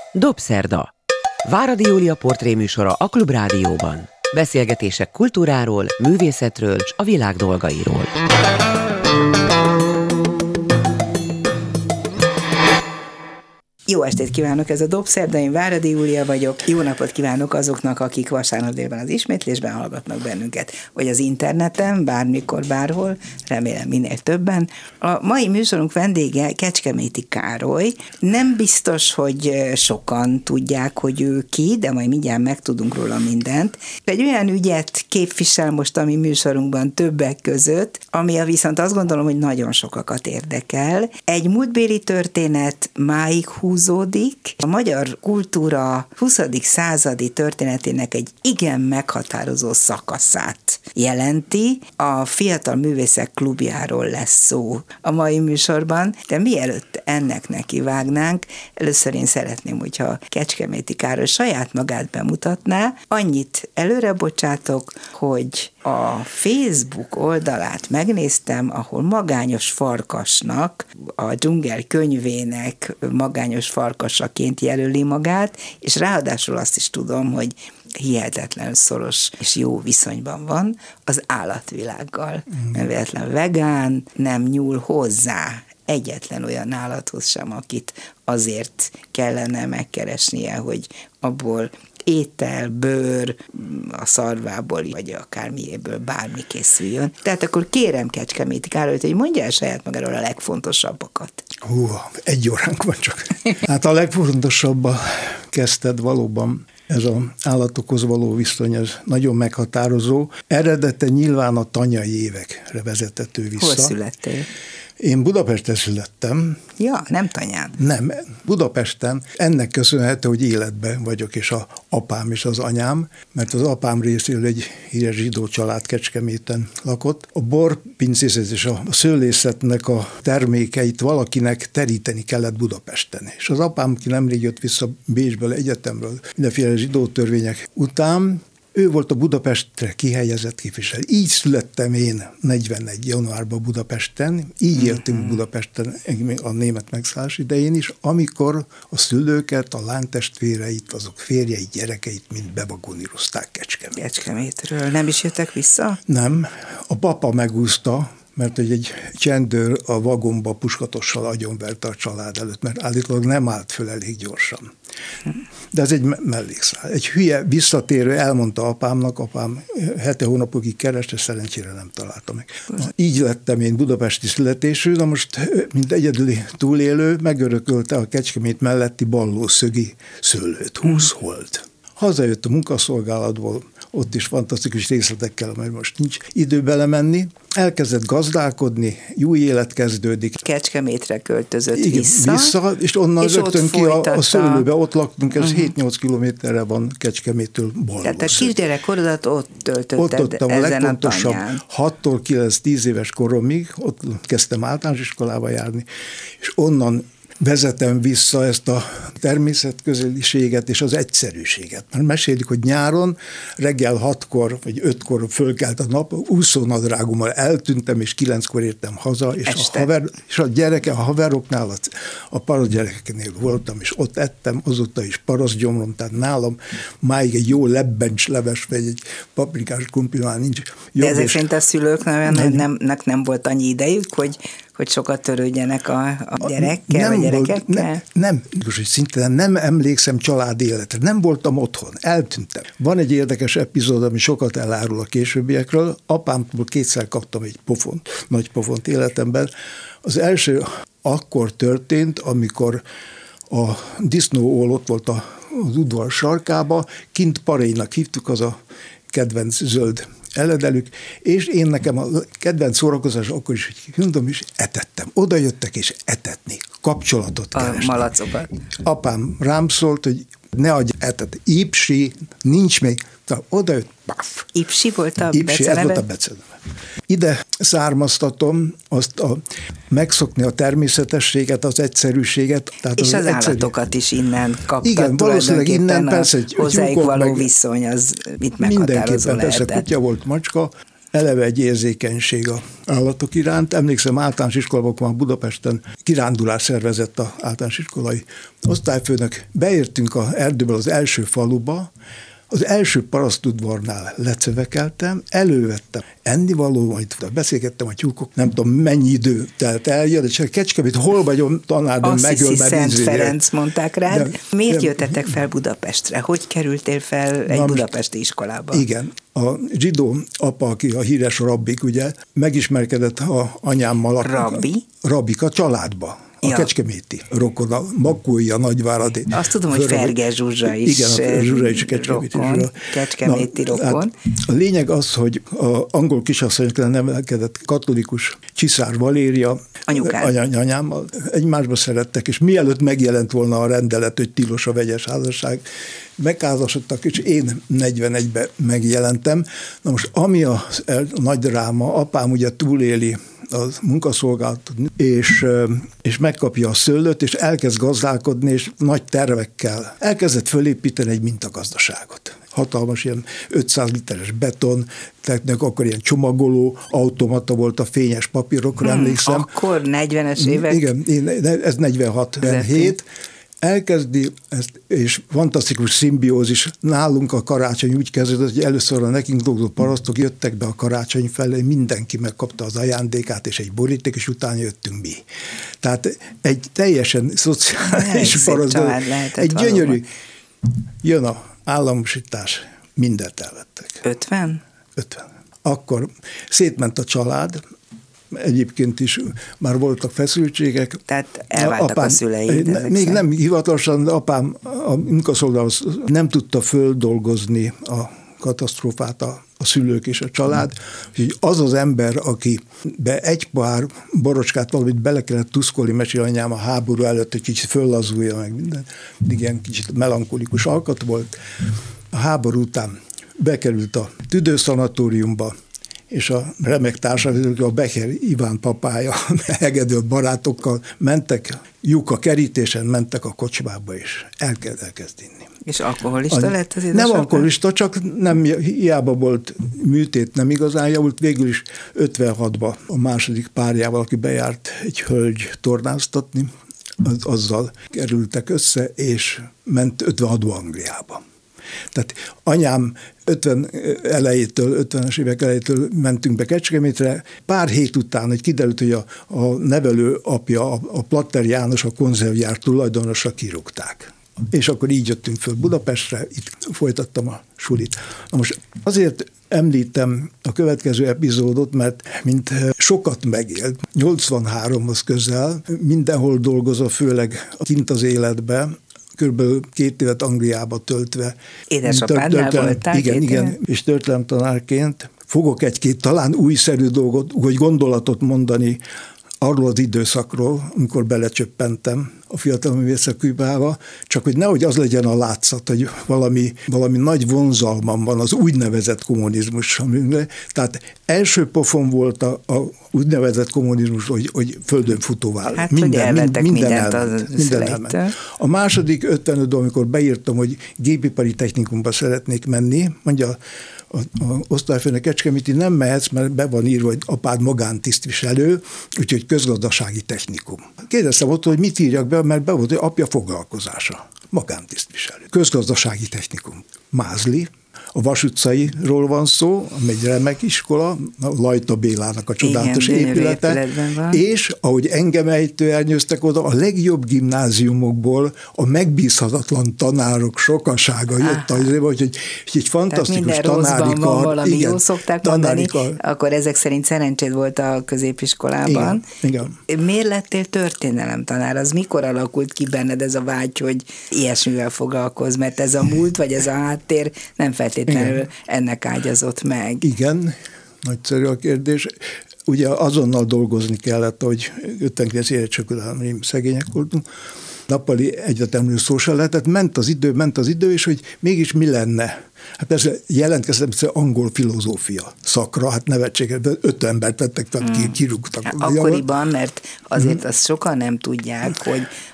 Dobszerda. Váradi Júlia portréműsora a Klubrádióban. Beszélgetések kultúráról, művészetről és a világ dolgairól. Jó estét kívánok, ez a Dobszerda, én Váradi Júlia vagyok. Jó napot kívánok azoknak, akik vasárnap délben az ismétlésben hallgatnak bennünket, vagy az interneten, bármikor, bárhol, remélem minél többen. A mai műsorunk vendége Kecskeméti Károly. Nem biztos, hogy sokan tudják, hogy ő ki, de majd mindjárt megtudunk róla mindent. Egy olyan ügyet képvisel most a mi műsorunkban többek között, ami viszont azt gondolom, hogy nagyon sokakat érdekel. Egy múltbéli történet máig húzódik. A magyar kultúra 20. századi történetének egy igen meghatározó szakaszát jelenti. A Fiatal Művészek Klubjáról lesz szó a mai műsorban, de mielőtt ennek nekivágnánk, először én szeretném, hogyha Kecskeméti Károly saját magát bemutatná. Annyit előre bocsátok, hogy a Facebook oldalát megnéztem, ahol Magányos Farkasnak, a Dzsungel könyvének magányos farkasaként jelöli magát, és ráadásul azt is tudom, hogy hihetetlen szoros és jó viszonyban van az állatvilággal. Nem véletlen vegán, nem nyúl hozzá egyetlen olyan állathoz sem, akit azért kellene megkeresnie, hogy abból étel, bőr, a szarvából, vagy akármiéből bármi készüljön. Tehát akkor kérem Kecskeméti Károlyt, hogy mondja el saját magáról a legfontosabbakat. Egy óránk van csak. Hát a legfontosabba kezdted valóban. Ez az állatokhoz való viszony, ez nagyon meghatározó. Eredete nyilván a tanyai évekre vezethető vissza. Hol születtél? Én Budapesten születtem. Ja, nem Tanyán. Nem, Budapesten. Ennek köszönhető, hogy életben vagyok, és az apám és az anyám, mert az apám részéről egy híres zsidó család Kecskeméten lakott. A borpincészet és a szőlészetnek a termékeit valakinek teríteni kellett Budapesten. És az apám, ki nemrég jött vissza Bécsből, egyetemről, mindenféle zsidó törvények után, ő volt a Budapestre kihelyezett képviselő. Így születtem én 41. januárban Budapesten, így éltünk Budapesten a német megszállás idején is, amikor a szülőket, a lánytestvéreit, azok férjeit, gyerekeit mind bevagonírozták Kecskemétről. Nem is jöttek vissza? Nem. A papa megúszta, mert egy csendőr a vagomba puskatossal agyonverte a család előtt, mert állítólag nem állt föl elég gyorsan. De ez egy mellékszál. Egy hülye visszatérő elmondta apámnak, apám 7 hónapokig kereste, szerencsére nem találta meg. Így lettem én budapesti születésű, de most, mint egyedüli túlélő, megörökölte a Kecskemét melletti Ballószögi szőlőt, 20 hold. Hazajött a munkaszolgálatból, ott is fantasztikus részletekkel, mert most nincs idő belemenni. Elkezdett gazdálkodni, új élet kezdődik. Kecskemétre költözött vissza, és onnan és rögtön ki a szőlőbe, ott laktunk, ez 7-8 kilométerre van Kecskeméttől Ballószög. Tehát a kisgyerekkorodat ott töltötted ezen a tanyán. 6-tól 9-10 éves koromig, ott kezdtem általános iskolába járni, és onnan vezetem vissza ezt a természetközeliséget és az egyszerűséget. Mert mesélik, hogy nyáron reggel 6-kor vagy 5-kor fölkelt a nap, úszónadrágommal eltűntem, és 9-kor értem haza, és a haveroknál, a parasztgyerekeknél voltam, és ott ettem, azóta is parasztgyomrom, tehát nálam máig egy jó lebbencs leves, vagy egy paprikás krumplinál nincs. De ezek szerint a szülőknek nem volt annyi idejük, hogy sokat törődjenek a gyerekkel, vagy gyerekekkel? Nem, szinte nem emlékszem család életre. Nem voltam otthon, eltűntem. Van egy érdekes epizód, ami sokat elárul a későbbiekről. Apámtól 2-szer kaptam egy nagy pofont életemben. Az első akkor történt, amikor a disznóól ott volt az udvar sarkába, kint paréjnak hívtuk, az a kedvenc zöld eledelük, és én nekem a kedvenc szórakozás akkor is, hogy mondom is, etettem. Oda jöttek és etetni, kapcsolatot keresni. A malacokat. Apám rám szólt, hogy ne adj etet. Ipsi, nincs még. Oda jött, paf. Ipsi volt a Ipsi, ez volt a beceneve. Ide származtatom azt megszokni a természetességet, az egyszerűséget. Tehát és az állatokat is innen kaptad. Igen, valószínűleg innen persze, hozzájuk való viszony, az mit meghatározó mindenképpen lehetett. persze, kutya volt, macska. eleve egy érzékenység az állatok iránt. Emlékszem, általános iskolában már Budapesten kirándulás szervezett az általános iskolai osztályfőnök. Beértünk az erdőből az első faluba, az első parasztudvarnál lecövekeltem, elővettem ennivaló, majd beszélgettem a tyúkok, nem tudom mennyi idő telt el, és a Kecskemét, hol vagyom, tanárnőm megöl, mert Szent Ferenc mondták rád. Miért jöttetek fel Budapestre? Hogy kerültél fel egy budapesti iskolába? Igen, a zsidó apa, aki a híres rabbik, ugye, megismerkedett a anyámmal. Rabbik a családba. A kecskeméti rokon, a Makói, a Nagyváradi. Azt tudom, hogy Ferge Zsuzsa is. Igen, a Zsuzsa is kecskeméti rokon. Hát a lényeg az, hogy az angol kisasszonyokra nevelkedett katolikus Csiszár Valéria, anyámmal egymásba szerettek, és mielőtt megjelent volna a rendelet, hogy tilos a vegyes házasság, megházasodtak, és én 41-ben megjelentem. Na most, ami a nagy dráma, apám ugye túléli az munkaszolgálatot, és megkapja a szőlőt, és elkezd gazdálkodni, és nagy tervekkel elkezdett fölépíteni egy mintagazdaságot. Hatalmas ilyen 500 literes beton, tehát akkor ilyen csomagoló automata volt a fényes papírokra, emlékszem. Akkor 40-es évek? Igen, ez 46-47. Elkezdi ezt, és fantasztikus szimbiózis. Nálunk a karácsony úgy kezdődött, hogy először a nekünk dolgozó parasztok jöttek be a karácsony felé, mindenki megkapta az ajándékát és egy boríték, és utána jöttünk mi. Tehát egy teljesen szociális parasztok, egy gyönyörű. Jön a államosítás, mindent elvettek. 50? 50. Akkor szétment a család, egyébként is már voltak feszültségek. Tehát elváltak a szüleid. Még nem hivatalosan, de apám a munkaszolgálat nem tudta földolgozni a katasztrófát a szülők és a család. Úgyhogy az az ember, aki be egy pár borocskát valamit bele kellett tuszkolni, mesél anyám a háború előtt, hogy kicsit föllazulja meg minden. Igen, kicsit melankolikus alkat volt. A háború után bekerült a tüdőszanatóriumba, és a remek társadalmak, a Becher Iván papája, hegedő barátokkal mentek, lyuk a kerítésen, mentek a kocsmába, és elkezd inni. És alkoholista lett az édesapja? Nem alkoholista, csak nem, hiába volt műtét, nem igazán javult. Végül is 56-ban a második párjával, aki bejárt egy hölgy tornáztatni, azzal kerültek össze, és ment 56-ba Angliába. Tehát anyám 50-es évek elejétől mentünk be Kecskemétre. Pár hét után, hogy kiderült, hogy a nevelő apja, a Platter János, a konzervgyár tulajdonosa kirúgták. És akkor így jöttünk föl Budapestre, itt folytattam a sulit. Na most azért említem a következő epizódot, mert mint sokat megélt, 83-hoz közel, mindenhol dolgozva, főleg kint az életbe, körülbelül 2 évet Angliába töltve. Édesapádnál voltál? Igen, és történelemtanárként fogok egy-két talán újszerű dolgot, vagy gondolatot mondani arról az időszakról, amikor belecsöppentem a fiatal művészek könyvába, csak hogy nehogy az legyen a látszat, hogy valami nagy vonzalmam van az úgynevezett kommunizmus. Tehát első pofon volt a úgynevezett kommunizmus, hogy földön futóvá. Hát, hogy elvettek mindent az szüleitől. A második 55-ben, amikor beírtam, hogy gépipari technikumba szeretnék menni, mondja a osztályfőnök Kecskeméti, nem mehetsz, mert be van írva, hogy apád magántisztviselő, úgyhogy közgazdasági technikum. Kérdeztem ott, hogy mit írjak be, mert be volt, hogy apja foglalkozása. Magántisztviselő. Közgazdasági technikum. Mázli. A Vas utcairól van szó, ami egy remek iskola, a Lajta Bélának a csodálatos épülete, és ahogy engem ejtőernyőztek oda, a legjobb gimnáziumokból a megbízhatatlan tanárok sokasága jött azért, hogy egy fantasztikus tanári kar. Van valami, jó szokták mondani, akkor ezek szerint szerencséd volt a középiskolában. Igen. Miért lettél történelemtanár? Az mikor alakult ki benned ez a vágy, hogy ilyesmivel foglalkozz? Mert ez a múlt, vagy ez a háttér nem feltétlenül ennek ágyazott meg. Igen, nagyszerű a kérdés. Ugye azonnal dolgozni kellett, hogy 59 érettségután szegények voltunk. Nappali egyetemről szó sem lehetett, ment az idő, és hogy mégis mi lenne. Hát persze jelentkeztem angol filozófia szakra, hát nevetséges, 5 embert vettek, tehát kirúgtak. Hát akkoriban, mert azért azt sokan nem tudják, hogy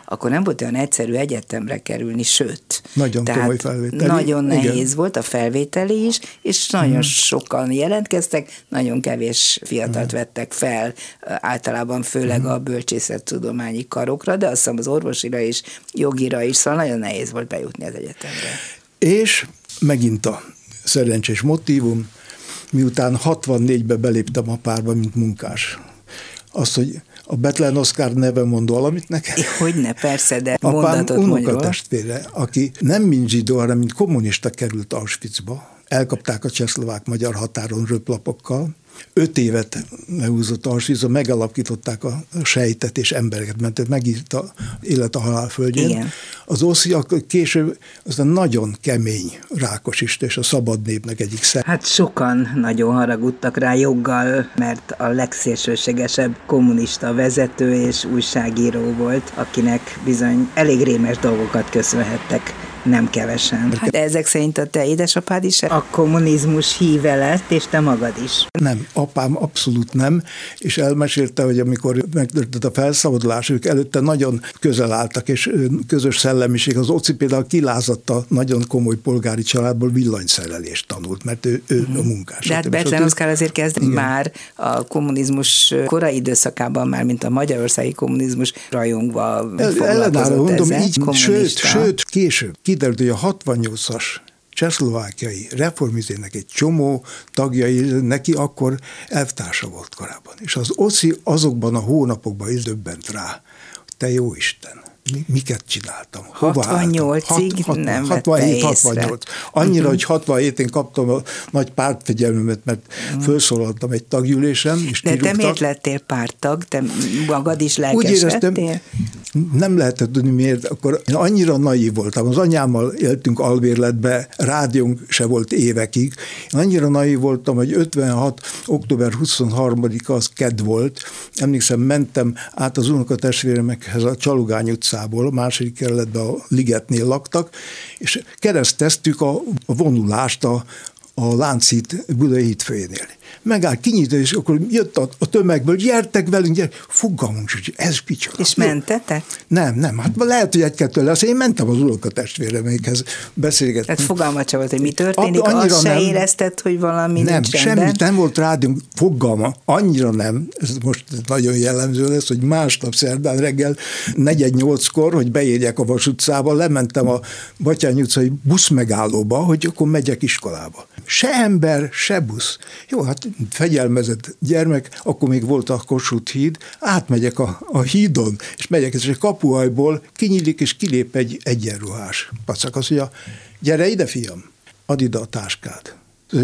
akkor nem volt olyan egyszerű egyetemre kerülni, sőt. Nagyon komoly felvételi. Nagyon nehéz igen. volt a felvételi is, és nagyon sokan jelentkeztek, nagyon kevés fiatalt vettek fel, általában főleg a bölcsészettudományi karokra, de azt hiszem az orvosira és jogira is, szóval nagyon nehéz volt bejutni az egyetemre. És megint a szerencsés motívum, miután 64-ben beléptem a párba, mint munkás. Azt, hogy a Bethlen Oszkár neve mond valamit neked? Hogyne, persze, de apám mondatot mondj róla. unokatestvére, aki nem mint zsidó, hanem mint kommunista került Auschwitzba. Elkapták a csehszlovák-magyar határon röplapokkal. 5 évet lehúzott Auschwitzba, megalapították a sejtet és embereket, mert megírta élet a halál földjén. Igen. Az Oszi később aztán nagyon kemény rákosista és a szabad népnek egyik Hát sokan nagyon haragudtak rá joggal, mert a legszélsőségesebb kommunista vezető és újságíró volt, akinek bizony elég rémes dolgokat köszönhettek. Nem kevesen. De ezek szerint a te édesapád is a kommunizmus híve lett, és te magad is. Nem, apám abszolút nem, és elmesélte, hogy amikor megtörtént a felszabadulás, ők előtte nagyon közel álltak, és közös szellemiség. Az Oci például kilázadt a nagyon komoly polgári családból, villanyszerelést tanult, mert ő a munkás. De hát Bethlen Oszkár azért kezd már a kommunizmus korai időszakában, már mint a magyarországi kommunizmus rajongva foglalkozott ezzel. Sőt, később kiderült, hogy a 68-as csehszlovákiai reformizének egy csomó tagjai, neki akkor elvtársa volt korábban. És az Oszi azokban a hónapokban is döbbent rá, hogy te jó Isten, miket csináltam? 68-ig nem vette észre. 68. Annyira, hogy 67-én kaptam a nagy pártfegyelmemet, mert felszólaltam egy taggyűlésen, és de kirúgtak. Te miért lettél párttag? Te magad is lelkesedtél? Nem lehetett tudni miért, akkor én annyira naív voltam. Az anyámmal éltünk albérletbe, rádiónk se volt évekig. Én annyira naív voltam, hogy 56. október 23-a az kedd volt. Emlékszem, mentem át az unokatestvéremekhez a Csalugány utcából, a második kerületben a Ligetnél laktak, és kereszteztük a vonulást a Lánchíd Budai hídfőjénél. Megállt, kinyitott, és akkor jött a tömegből, gyertek velünk, fogalmunk, hogy ez kicsoda. És mentetek? Nem, hát lehet, hogy egy-kettő lesz. Én mentem az unokatestvéremekhez beszélgetni. Tehát fogalmat sem volt, hogy mi történik, azt se érezted, hogy valami nem, nincs rendben? Semmit nem volt rádiónk, fogalma, annyira nem, ez most nagyon jellemző lesz, hogy másnap szerdán reggel 4:08-kor, hogy beérjek a Vas utcába, lementem a Batthyány utcai buszmegállóba, hogy akkor megyek iskolába. Se ember, se busz. Jó, hát fegyelmezett gyermek, akkor még volt a Kossuth híd, átmegyek a hídon, és megyek, és a kapuajból kinyílik, és kilép egy egyenruhás pacak. Azt mondja, gyere ide, fiam, add ide a táskád.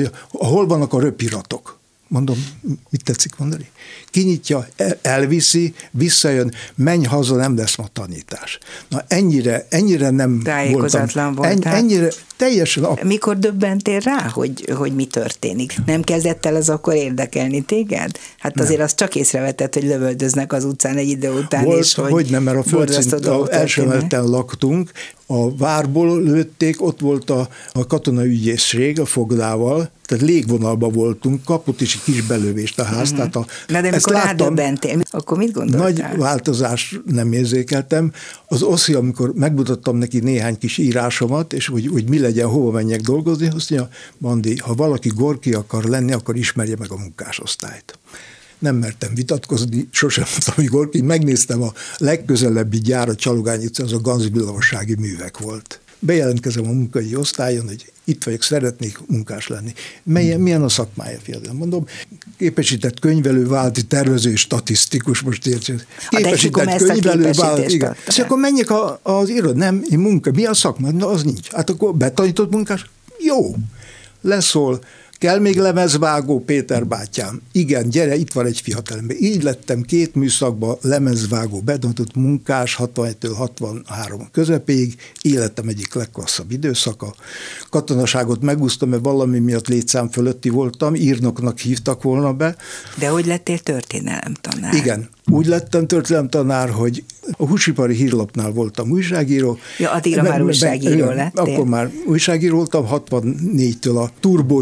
Hol vannak a röpiratok? Mondom, mit tetszik mondani? Kinyitja, elviszi, visszajön, menj haza, nem lesz ma tanítás. Na ennyire nem tájékozatlan voltál. Ennyire teljesen... Mikor döbbentél rá, hogy mi történik? Nem kezdett el az akkor érdekelni téged? Hát azért azt csak észrevetted, hogy lövöldöznek az utcán egy idő után, volt, és hogy nem, mert a földszint első emeleten laktunk, a várból lőtték, ott volt a katonai ügyészség a fogdával, tehát légvonalban voltunk, kapott is egy kis belövést a ház. Tehát de amikor rádöbbentél, akkor mit gondoltál? Nagy változás nem érzékeltem. Az Oszi, amikor megmutattam neki néhány kis írásomat, és hogy mi legyen, hova menjek dolgozni, azt mondja, Bandi, ha valaki Gorki akar lenni, akkor ismerje meg a munkásosztályt. Nem mertem vitatkozni, sosem mondtam, hogy Gorki, megnéztem a legközelebbi gyár, a Csalugány utca, az a Ganzbilavassági Művek volt. Bejelentkezem a munkai osztályon, hogy itt vagyok, szeretnék munkás lenni. Milyen a szakmája, fiatal? Mondom, képesített könyvelő, vállalati tervező és statisztikus, most értsd. Képesített könyvelő, vállalati, igen. És akkor menjek az irodát, nem, én munka, mi a szakma? Na, az nincs. Hát akkor betanított munkás? Jó. Leszól. Kell még lemezvágó, Péter bátyám? Igen, gyere, itt van egy fiatalember. Így lettem 2 műszakba lemezvágó, betanított munkás, 61-től 63 közepéig, életem egyik legklasszabb időszaka. Katonaságot megúsztam, mert valami miatt létszám fölötti voltam, írnoknak hívtak volna be. De hogy lettél történelemtanár? Igen, úgy lettem történelemtanár, hogy a Húsipari Hírlapnál voltam újságíró. Ja, addigra már újságíró lettél. Akkor már újságíró voltam, 64-től a Turbó című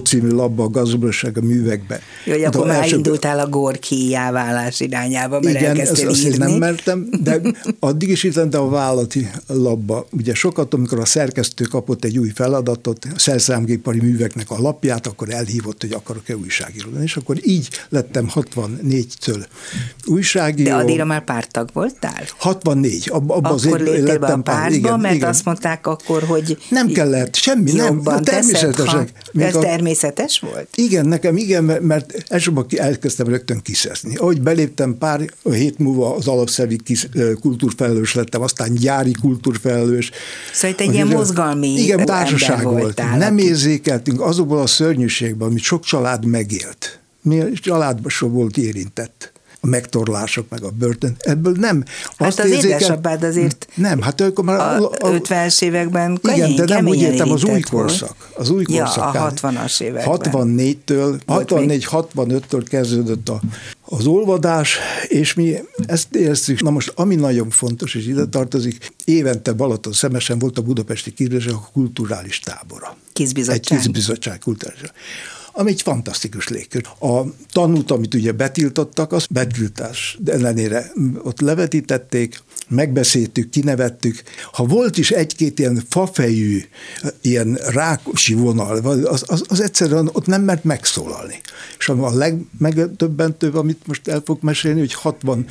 abba a gazdasági művekbe. Jó, hogy akkor már indultál a Gorkijjá válás irányába, mert elkezdtél írni. Igen, nem mertem, de addig is írtam, de a vállalati labba. Ugye sokat, amikor a szerkesztő kapott egy új feladatot, a szerszámgépipari műveknek a lapját, akkor elhívott, hogy akarok-e újságíró lenni, és akkor így lettem 64-től újságíró. De addigra már párttag voltál? 64. Akkor léptél be a pártba, mert igen. Azt mondták akkor, hogy nem kellett, semmi, nem. Természetesen. Ez természetes volt? Igen, nekem igen, mert elsőbb elkezdtem rögtön kiszeszni. Ahogy beléptem, pár hét múlva az alapszervi kultúrfelelős lettem, aztán gyári kultúrfelelős. Szóval itt egy ilyen mozgalmi igen, társaság volt. Nem érzékeltünk azokból a szörnyűségben, amit sok család megélt. Mi családban sem volt érintett. A megtorlások, meg a börtön. Ebből nem. Hát az édesapád azért nem, hát akkor már a 50-es években igen, de nem úgy értem, az új korszak. Volt. Az új korszak. Ja, a 60-as években. 64-65-től kezdődött az olvadás, és mi ezt éreztük. Na most, ami nagyon fontos, és ide tartozik, évente Balatonszemesen volt a budapesti Kizbizottság a kulturális tábora. Kizbizottság? Egy Kizbizottság kulturális. Ami egy fantasztikus légkör. A tanút, amit ugye betiltottak, azt betiltás ellenére ott levetítették, megbeszéltük, kinevettük. Ha volt is egy-két ilyen fafejű, ilyen rákosi vonal, az egyszerűen ott nem mert megszólalni. És a legmegdöbbentőbb, amit most el fogok mesélni, hogy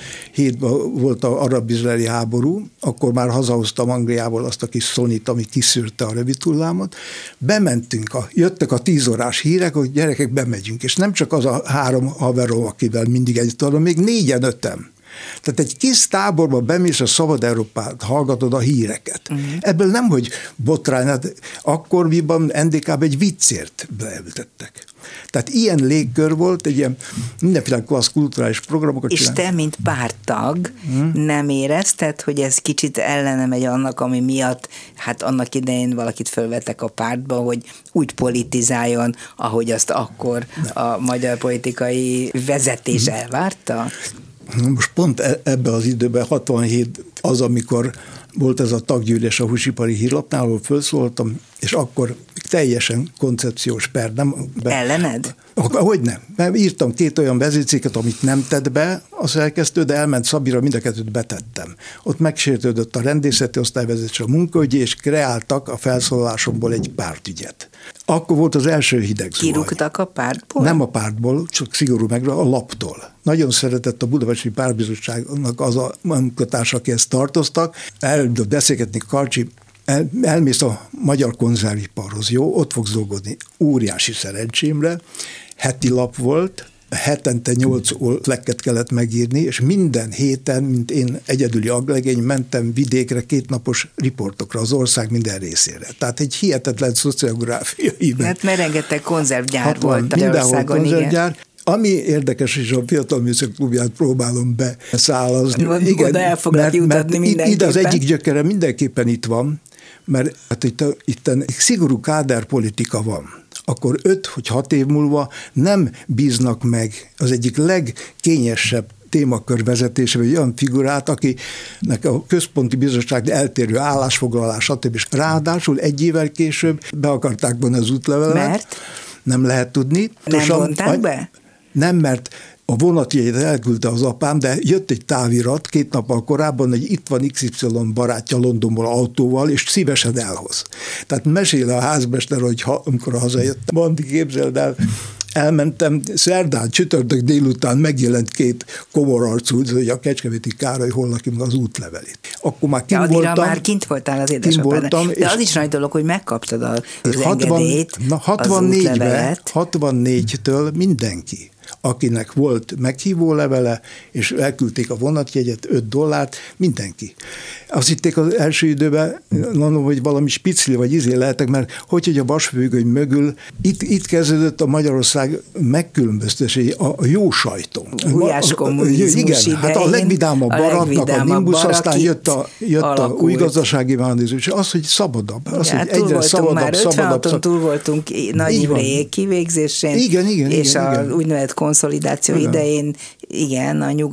67-ben volt az arab-izraeli háború, akkor már hazahoztam Angliából azt a kis Sony-t, ami kiszűrte a rövidhullámot. Bementünk, jöttek a 10 órás hírek, hogy gyerekek, bemegyünk. És nem csak az a 3 haverom, akivel mindig együtt van, még 4-5-en. Tehát egy kis táborba bemész, a Szabad Európát, hallgatod a híreket. Ebből nem, hogy botrány, hát akkor miben NDK-ban egy viccért beültettek. Tehát ilyen légkör volt, egy ilyen mindenféle klassz kulturális programokat csinálni. És te, mint párttag, nem érezted, hogy ez kicsit ellene megy annak, ami miatt, hát annak idején valakit fölvettek a pártba, hogy úgy politizáljon, ahogy azt akkor a magyar politikai vezetés elvárta? Most pont ebben az időben, 67 az, amikor volt ez a taggyűlés a Húsipari Hírlapnál, ahol felszóltam, és akkor teljesen koncepciós per. Ellened? Hogy nem. Mert írtam 2 olyan vezércikket, amit nem tett be a szerkesztő, de elment Szabira, mind a 2-t betettem. Ott megsértődött a rendészeti osztályvezetés, a munkaügyi, és kreáltak a felszólalásomból egy pártügyet. Akkor volt az első hideg zuhany. Kirúgtak a pártból? Nem a pártból, csak szigorú a laptól. Nagyon szeretett a Budapesti Pártbizottságnak az a munkatársa, akihez tartoztak. Elindult beszélgetni Karcsi, elmész a magyar konzerviparhoz, jó? Ott fogsz dolgozni. Óriási szerencsémre. Heti lap volt, hetente 8 flekket kellett megírni, és minden héten, mint én egyedüli aglegény, mentem vidékre 2 napos riportokra az ország minden részére. Tehát egy hihetetlen szociográfiai. Hát mert rengeteg konzervgyár volt Magyarországon, konzervgyár. Ami érdekes, és a Fiatal Művészek Klubját próbálom beszállazni. Igen, oda el foglak jutatni mindenképpen. Ide az egyik gyökere mindenképpen itt van, mert hát itt szigorú káderpolitika van. Akkor 5 vagy 6 év múlva nem bíznak meg az egyik legkényesebb témakör vezetésével egy olyan figurát, akinek a központi bizottság eltérő állásfoglalás, stb. Ráadásul 1 évvel később be akarták vonni az útlevelet. Mert? Nem lehet tudni. Nem vonták be? Nem, mert a vonatjegyet elküldte az apám, de jött egy távirat 2 nappal korábban, hogy itt van XY barátja Londonból autóval, és szívesen elhoz. Tehát mesél a házmester, hogy amikor hazajöttem, Bandi, képzeld el, elmentem, szerdán, csütörtök délután megjelent 2 komorarcú, hogy a Kecskeméti Károly hol neki az útlevelét. Akkor már kint voltam. Már kint voltál az édesapádnak. De az is nagy dolog, hogy megkaptad az engedélyt, az útlevelet. 64-től mindenki, akinek volt meghívó levele, és elküldték a vonatjegyet, $5, mindenki. Azt hitték az első időben, mondom, hogy valami spicli vagy lehetek, mert hogy a vasfüggöny mögül itt kezdődött a Magyarország megkülönböztetése, a jó sajtó. Gulyás kommunizmus igen, idején, hát a legvidámabb baraknak a Nimbus, aztán jött a új gazdasági mechanizmus, és az, hogy szabadabb. Az, hogy egyre szabadabb. Túl voltunk Nagy Imréjék kivégzésén, igen, és a úgynevezett konszolidáció idején, igen, a nyugat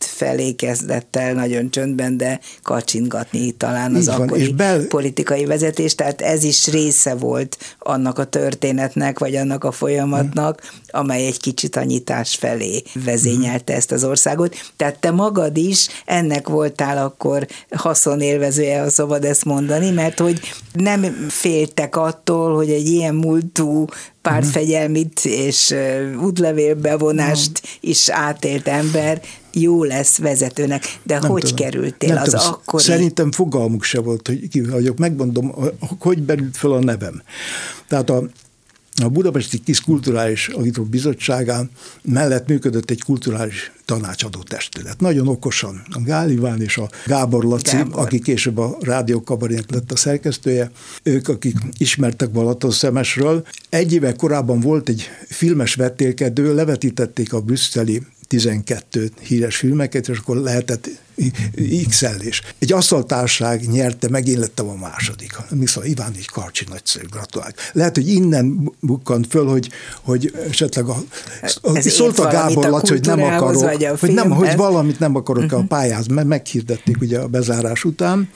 felé kezdett el nagyon csöndben, de kacsingatni talán az akkori politikai vezetés, tehát ez is része volt annak a történetnek, vagy annak a folyamatnak, amely egy kicsit a nyitás felé vezényelte ezt az országot. Tehát te magad is ennek voltál akkor haszonélvezője, ha szabad ezt mondani, mert hogy nem féltek attól, hogy egy ilyen múltú pártfegyelmit és útlevélbevonást is átélt ember jó lesz vezetőnek, de nem hogy tudom, kerültél az akkori... Szerintem fogalmuk se volt, hogy ki vagyok. Megmondom, hogy berült föl a nevem. Tehát a Budapesti Kis Kulturális Alapító Bizottságán mellett működött egy kulturális tanácsadó testület. Nagyon okosan a Gál Iván és a Gábor Laci, aki később a Rádió Kabarének lett a szerkesztője, ők, akik ismertek Balatonszemesről. Egy éve korábban volt egy filmes vetélkedő, levetítették a brüsszeli 12 híres filmeket, és akkor lehetett X-elés. Egy asztaltárság nyerte, meg én lettem a második. Szóval Iván így Karcsi nagyszerű, gratulálok. Lehet, hogy innen bukkant föl, hogy esetleg szólt a Gábor Laci, hogy nem akarok, hogy valamit nem akarok a pályázni, mert meghirdették ugye a bezárás után.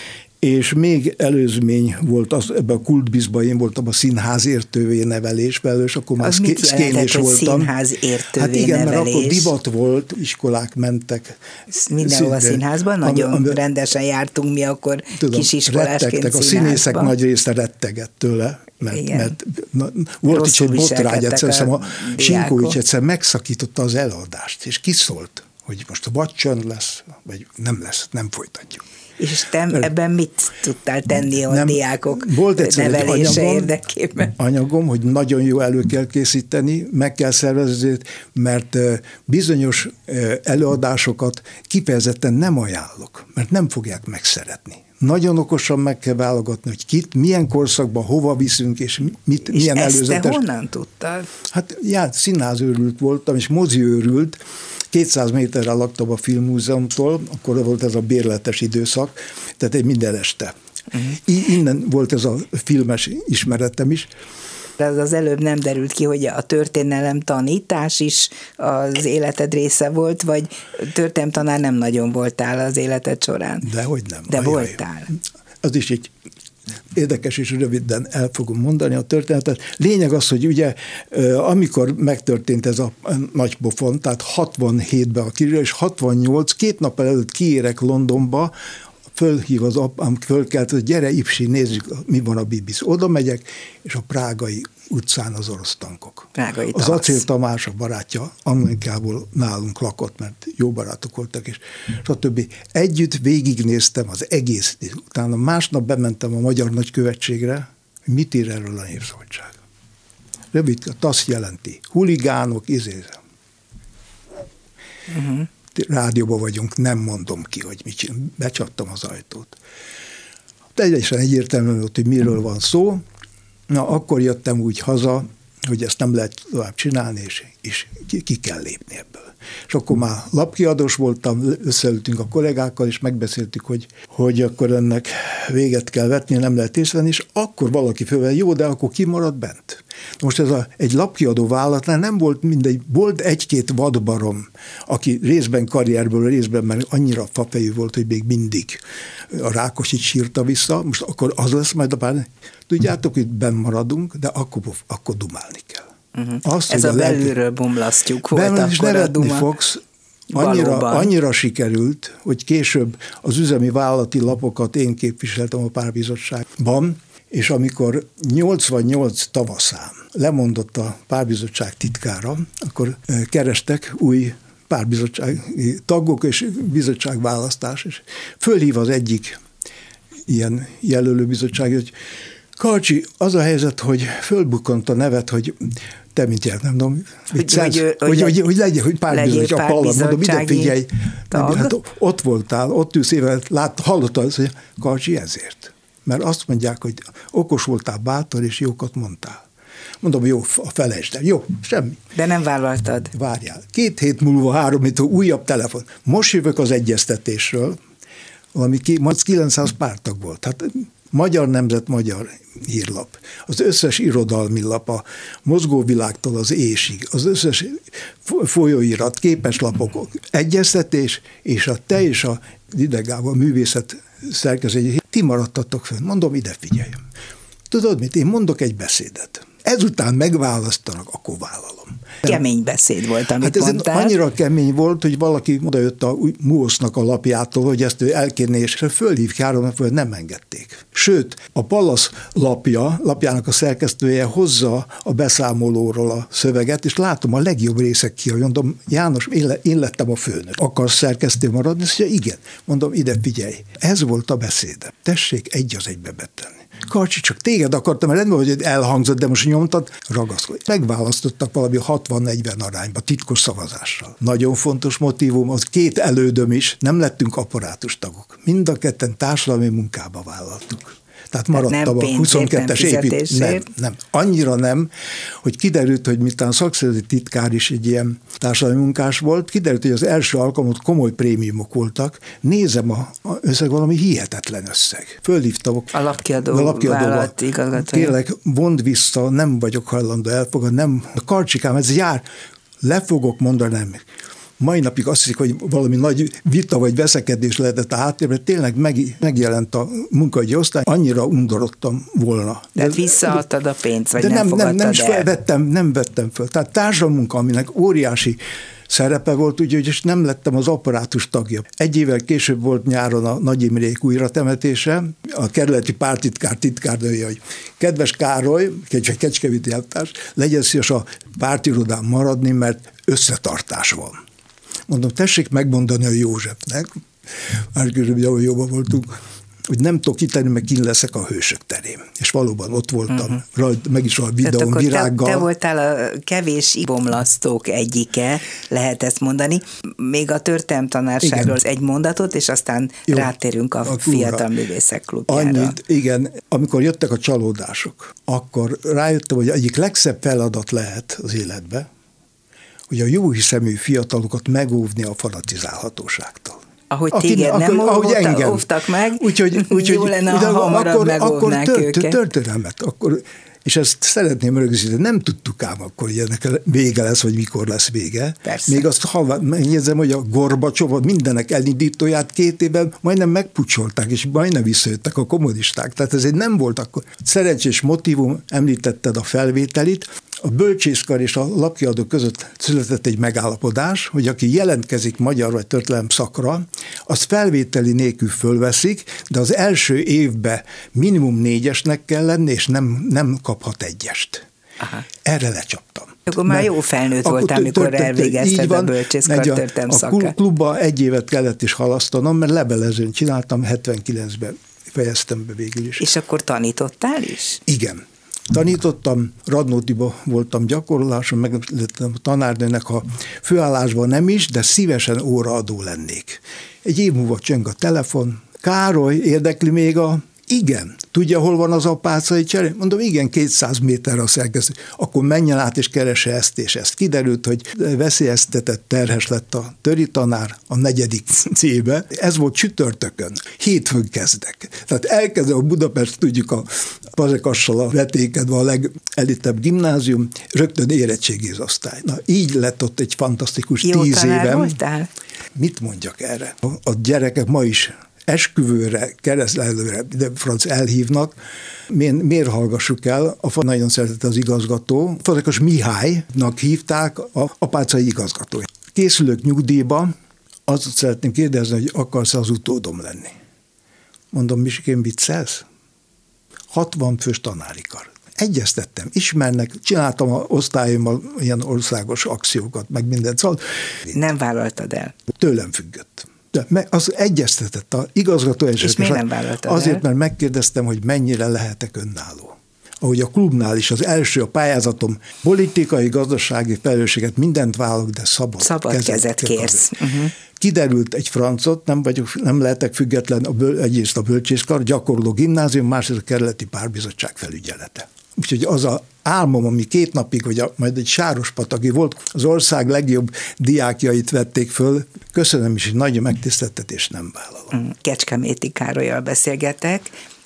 És még előzmény volt az, ebben a kultbizban én voltam a színházértővé nevelésben, és akkor már szkénés voltam. Színházértővé hát igen, nevelés? Mert akkor divat volt, iskolák mentek. Mindenhol a színházban? Nagyon rendesen jártunk mi akkor kisiskolásként a színészek nagy része rettegett tőle. Mert volt is egy botrány, egyszer a Sinkovics egyszer megszakította az előadást, és kiszólt, hogy most vagy csönd lesz, vagy nem lesz, nem folytatjuk. És te ebben mit tudtál tenni a diákok nevelése érdekében? Anyagom, hogy nagyon jó elő kell készíteni, meg kell szervezni, mert bizonyos előadásokat kifejezetten nem ajánlok, mert nem fogják megszeretni. Nagyon okosan meg kell válogatni, hogy kit, milyen korszakban, hova viszünk, és milyen előzetes. És ezt te honnan tudtad? Hát színházőrült voltam, és moziőrült. 200 méterre laktam a Filmmúzeumtól, akkor volt ez a bérletes időszak, tehát egy minden este. Innen volt ez a filmes ismeretem is. De az előbb nem derült ki, hogy a történelem tanítás is az életed része volt, vagy történelemtanár nem nagyon voltál az életed során? Dehogy nem. De voltál. Az is egy érdekes és röviden el fogom mondani a történetet. Lényeg az, hogy ugye amikor megtörtént ez a nagy pofon, tehát 67-ben a kirja, és 68, 2 nap előtt kiérek Londonba, fölhív az apám, fölkelt, hogy gyere Ipsi, nézzük, mi van a BBC. Oda megyek, és a prágai utcán az orosz tankok. Az Acél Tamás, a barátja, Amerikából nálunk lakott, mert jó barátok voltak, és stb. Együtt végignéztem az egész, utána másnap bementem a Magyar Nagykövetségre, hogy mit ír erről a Népszabadság. Rövid, a TASZ jelenti. Huligánok, rádióban vagyunk, nem mondom ki, hogy mit csinál. Becsaptam az ajtót. Teljesen egyértelmű volt, hogy miről van szó. Na, akkor jöttem úgy haza, hogy ezt nem lehet tovább csinálni, és ki kell lépni ebből. És akkor már lapkiadós voltam, összeültünk a kollégákkal, és megbeszéltük, hogy akkor ennek véget kell vetni, nem lehet észrevenni, és akkor valaki fölvel, jó, de akkor ki marad bent? Most ez egy lapkiadó vállalatnál nem volt mindegy, volt egy-két vadbarom, aki részben karrierből, részben mert annyira fafejű volt, hogy még mindig a Rákosit sírta vissza, most akkor az lesz majd a pár. Tudjátok, hogy benn maradunk, de akkor dumálni kell. Azt, ez a belülről bomlasztjuk volt akkor a duma. Fogsz, annyira sikerült, hogy később az üzemi vállalati lapokat én képviseltem a párbizottságban, és amikor 88 tavaszán lemondott a párbizottság titkára, akkor kerestek új párbizottsági tagok és bizottságválasztás, és fölhív az egyik ilyen jelölőbizottság, hogy Karcsi, az a helyzet, hogy fölbukkant a nevet, hogy te mint jel, nem tudom, hogy legyen, hogy párbizottság, a pallat, mondom, ide figyelj, hát ott voltál, ott ülsz évet, hallottál, hogy Karcsi ezért. Mert azt mondják, hogy okos voltál, bátor, és jókat mondtál. Mondom, jó, felejtsd el. Jó, semmi. De nem vállaltad. Várjál. 2 hét múlva, 3 hét újabb telefon. Most jövök az egyeztetésről, valami 900 pártag volt. Hát Magyar Nemzet, Magyar Hírlap, az összes irodalmi lap, a Mozgóvilágtól az Ésig, az összes folyóirat, képeslapok, egyeztetés, és a te és a Didek Gábor művészet szerkesztője, ti maradtatok fönn. Mondom, ide figyelj. Tudod mit, én mondok egy beszédet. Ezután megválasztanak, akkor vállalom. Kemény beszéd volt, amit ez mondtál. Annyira kemény volt, hogy valaki odajött a MUOSZ-nak a lapjától, hogy ezt ő elkérné, és fölhívják 3 nap, hogy nem engedték. Sőt, a Palasz lapjának a szerkesztője hozza a beszámolóról a szöveget, és látom a legjobb részek ki, hogy mondom, János, én lettem a főnök. Akarsz szerkesztő maradni? És mondja, igen. Mondom, ide figyelj. Ez volt a beszédem. Tessék egy az egybe betenni. Karcsi, csak téged akartam, mert rendben, hogy elhangzott, de most nyomtad, ragaszkodj. Megválasztottak valami 60-40 arányba, titkos szavazással. Nagyon fontos motívum, az 2 elődöm is, nem lettünk apparátustagok. Mind a ketten társadalmi munkába vállaltuk. Tehát maradtam a 22-es épít. Nem. Annyira nem, hogy kiderült, hogy miután a szakszervezeti titkár is egy ilyen társadalmi munkás volt, kiderült, hogy az első alkalommal komoly prémiumok voltak. Nézem a összeg, valami hihetetlen összeg. Fölhívtam a lapkiadó vállalat igazgatója. Kérlek, vond vissza, nem vagyok hajlandó elfogadni, nem. A Karcsikám, ez jár, le fogok mondani, nem. Mai napig azt hiszik, hogy valami nagy vita vagy veszekedés lehetett a háttérben, tényleg megjelent a munkahogyi osztály, annyira undorodtam volna. Tehát visszaadtad a pénzt, vagy nem fogadtad el? Nem vettem föl. Tehát társadalmi munka, aminek óriási szerepe volt, úgyhogy nem lettem az apparátus tagja. 1 évvel később volt nyáron a Nagy Imrék újratemetése, a kerületi pártitkárnője, hogy kedves Károly, egy kecskeméti elvtárs, legyen szíves a pártirodán maradni, mert összetartás van. Mondom, tessék megmondani a Józsefnek, már körülbelül jobban voltunk, hogy nem tudok itt lenni, mert kint leszek a Hősök terén. És valóban ott voltam, meg is a videón virággal. Te voltál a kevés ibomlasztók egyike, lehet ezt mondani. Még a történelem tanárságról egy mondatot, és aztán rátérünk a Fiatal Művészek Klubjára. Igen, amikor jöttek a csalódások, akkor rájöttem, hogy egyik legszebb feladat lehet az életbe, hogy a jóhiszemű fiatalokat megóvni a fanatizálhatóságtól. Ahogy téged nem óvtak meg, úgyhogy jó lenne, ha hamarabb megóvnák őket. Történelmet, és ezt szeretném rögzíteni, nem tudtuk ám akkor, hogy ennek vége lesz, vagy mikor lesz vége. Persze. Még azt megjegyzem, hogy a Gorbacsov mindenek elindítóját 2 évben majdnem megpucsolták, és majdnem visszajöttek a kommunisták. Tehát ez nem volt akkor. Szerencsés motívum, említetted a felvételit. A bölcsészkar és a lapkiadó között született egy megállapodás, hogy aki jelentkezik magyar vagy történelem szakra, azt felvételi nélkül fölveszik, de az első évben minimum 4-esnek kell lenni, és nem kaphat 1-est. Aha. Erre lecsaptam. Akkor már jó felnőtt voltál, amikor elvégezted a bölcsészkar történelem szakát. A klubban 1 évet kellett is halasztanom, mert levelezőn csináltam, 79-ben fejeztem be végül is. És akkor tanítottál is? Igen. Tanítottam, Radnótiba voltam gyakorláson, meglettem a tanárnőnek, a főállásban nem is, de szívesen óraadó lennék. Egy év múlva csöng a telefon. Károly, érdekli még Igen. Tudja, hol van az apácai cseré? Mondom, igen, 200 méterre a szerkesztő. Akkor menjen át és keresse ezt és ezt. Kiderült, hogy veszélyeztetett terhes lett a töri tanár a 4. C-be. Ez volt csütörtökön. Hétfőn kezdek. Tehát elkezdem a Budapest, tudjuk, a Fazekassal a vetékedve a legelitebb gimnázium, rögtön érettségiző osztály. Na, így lett ott egy fantasztikus 10 évem. Voltál? Mit mondjak erre? A gyerekek ma is esküvőre, keresztlelőre, de franc elhívnak, miért hallgassuk el, nagyon szeretett az igazgató, Fazekas Mihálynak hívták a apácai igazgatója. Készülök nyugdíjba, azt szeretném kérdezni, hogy akarsz az utódom lenni. Mondom, Misikén, viccelsz? 60 fős tanári kar. Egyeztettem, ismernek, csináltam az osztályommal ilyen országos akciókat, meg mindent. Szóval nem vállaltad el? Tőlem függött. De az egyeztetett a igazgató. És miért nem vállaltad el? Azért, mert megkérdeztem, hogy mennyire lehetek önálló. Ahogy a klubnál is az első a pályázatom, politikai, gazdasági felelősséget, mindent vállalok, de szabad kezet kérsz. Kiderült egy francot, nem lehetek független egyrészt a bölcsészkar, gyakorló gimnázium, másrészt a kerületi párbizottság felügyelete. Úgyhogy az a álmom, ami 2 napig, hogy majd egy Sárospataki volt, az ország legjobb diákjait vették föl. Köszönöm is, hogy nagy megtiszteltetés, nem vállalom. Kecskeméti Károllyal beszélgetek.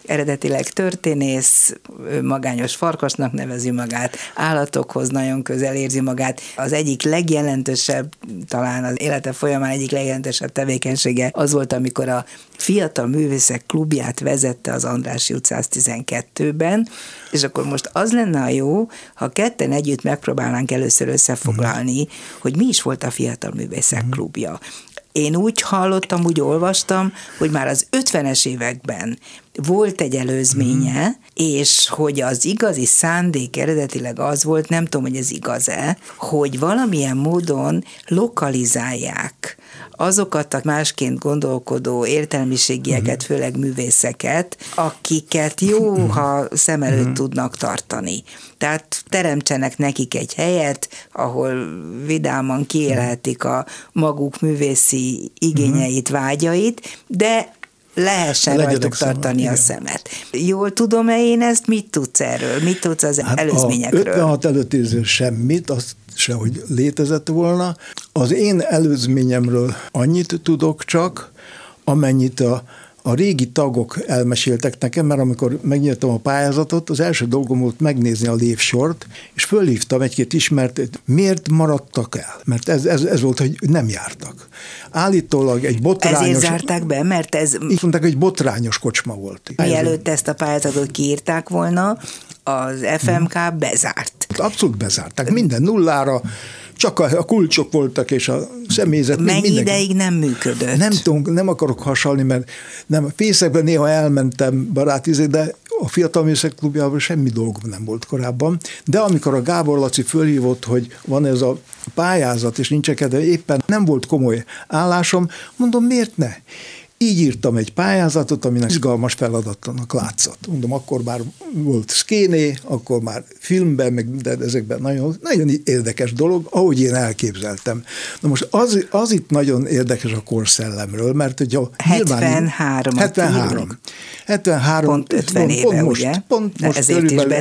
eredetileg történész, magányos farkasnak nevezi magát, állatokhoz nagyon közel érzi magát. Az egyik legjelentősebb, talán az élete folyamán egyik legjelentősebb tevékenysége az volt, amikor a Fiatal Művészek Klubját vezette az Andrássy utca 112-ben, és akkor most az lenne a jó, ha ketten együtt megpróbálnánk először összefoglalni, hogy mi is volt a Fiatal Művészek Klubja. Én úgy hallottam, úgy olvastam, hogy már az 50-es években volt egy előzménye, és hogy az igazi szándék eredetileg az volt, nem tudom, hogy ez igaz-e, hogy valamilyen módon lokalizálják azokat a másként gondolkodó értelmiségieket, főleg művészeket, akiket jó, ha szem előtt tudnak tartani. Tehát teremtsenek nekik egy helyet, ahol vidáman kiélhetik a maguk művészi igényeit, vágyait, de lehessen rajtuk tartani a szemet. Jól tudom-e én ezt? Mit tudsz erről? Mit tudsz az előzményekről? 56 előtt semmit, azt se, hogy létezett volna. Az én előzményemről annyit tudok csak, amennyit a régi tagok elmeséltek nekem, mert amikor megnyitottam a pályázatot, az első dolgom volt megnézni a lévsort, és fölhívtam egy-két ismertet, miért maradtak el? Mert ez volt, hogy nem jártak. Állítólag egy botrányos... Ezért zárták be, mert ez... Így mondták, hogy botrányos kocsma volt. Mielőtt ezt a pályázatot kiírták volna, az FMK bezárt. Abszolút bezárták. Minden nullára, csak a kulcsok voltak, és a személyzet... Mennyi ideig nem működött? Nem tudom, nem akarok hasalni, mert nem, a fészekben néha elmentem barátizni, de a Fiatal Művészek Klubjában semmi dolgom nem volt korábban. De amikor a Gábor Laci fölhívott, hogy van ez a pályázat, és nincs de éppen nem volt komoly állásom, mondom, miért ne? Így írtam egy pályázatot, aminek izgalmas feladatlanak látszott. Mondom, akkor már volt szkéné, akkor már filmben, meg ezekben nagyon, nagyon érdekes dolog, ahogy én elképzeltem. Na most az itt nagyon érdekes a korszellemről, mert hogyha 73. Pont 50 éve, pont most, ugye? Pont most körülbelül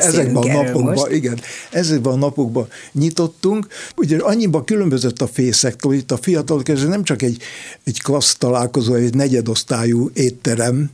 ezekben a napokban nyitottunk. Ugye annyiban különbözött a fészektől, itt a fiatalok, ez nem csak egy klassz találkozó, egy negyedosztályú étterem,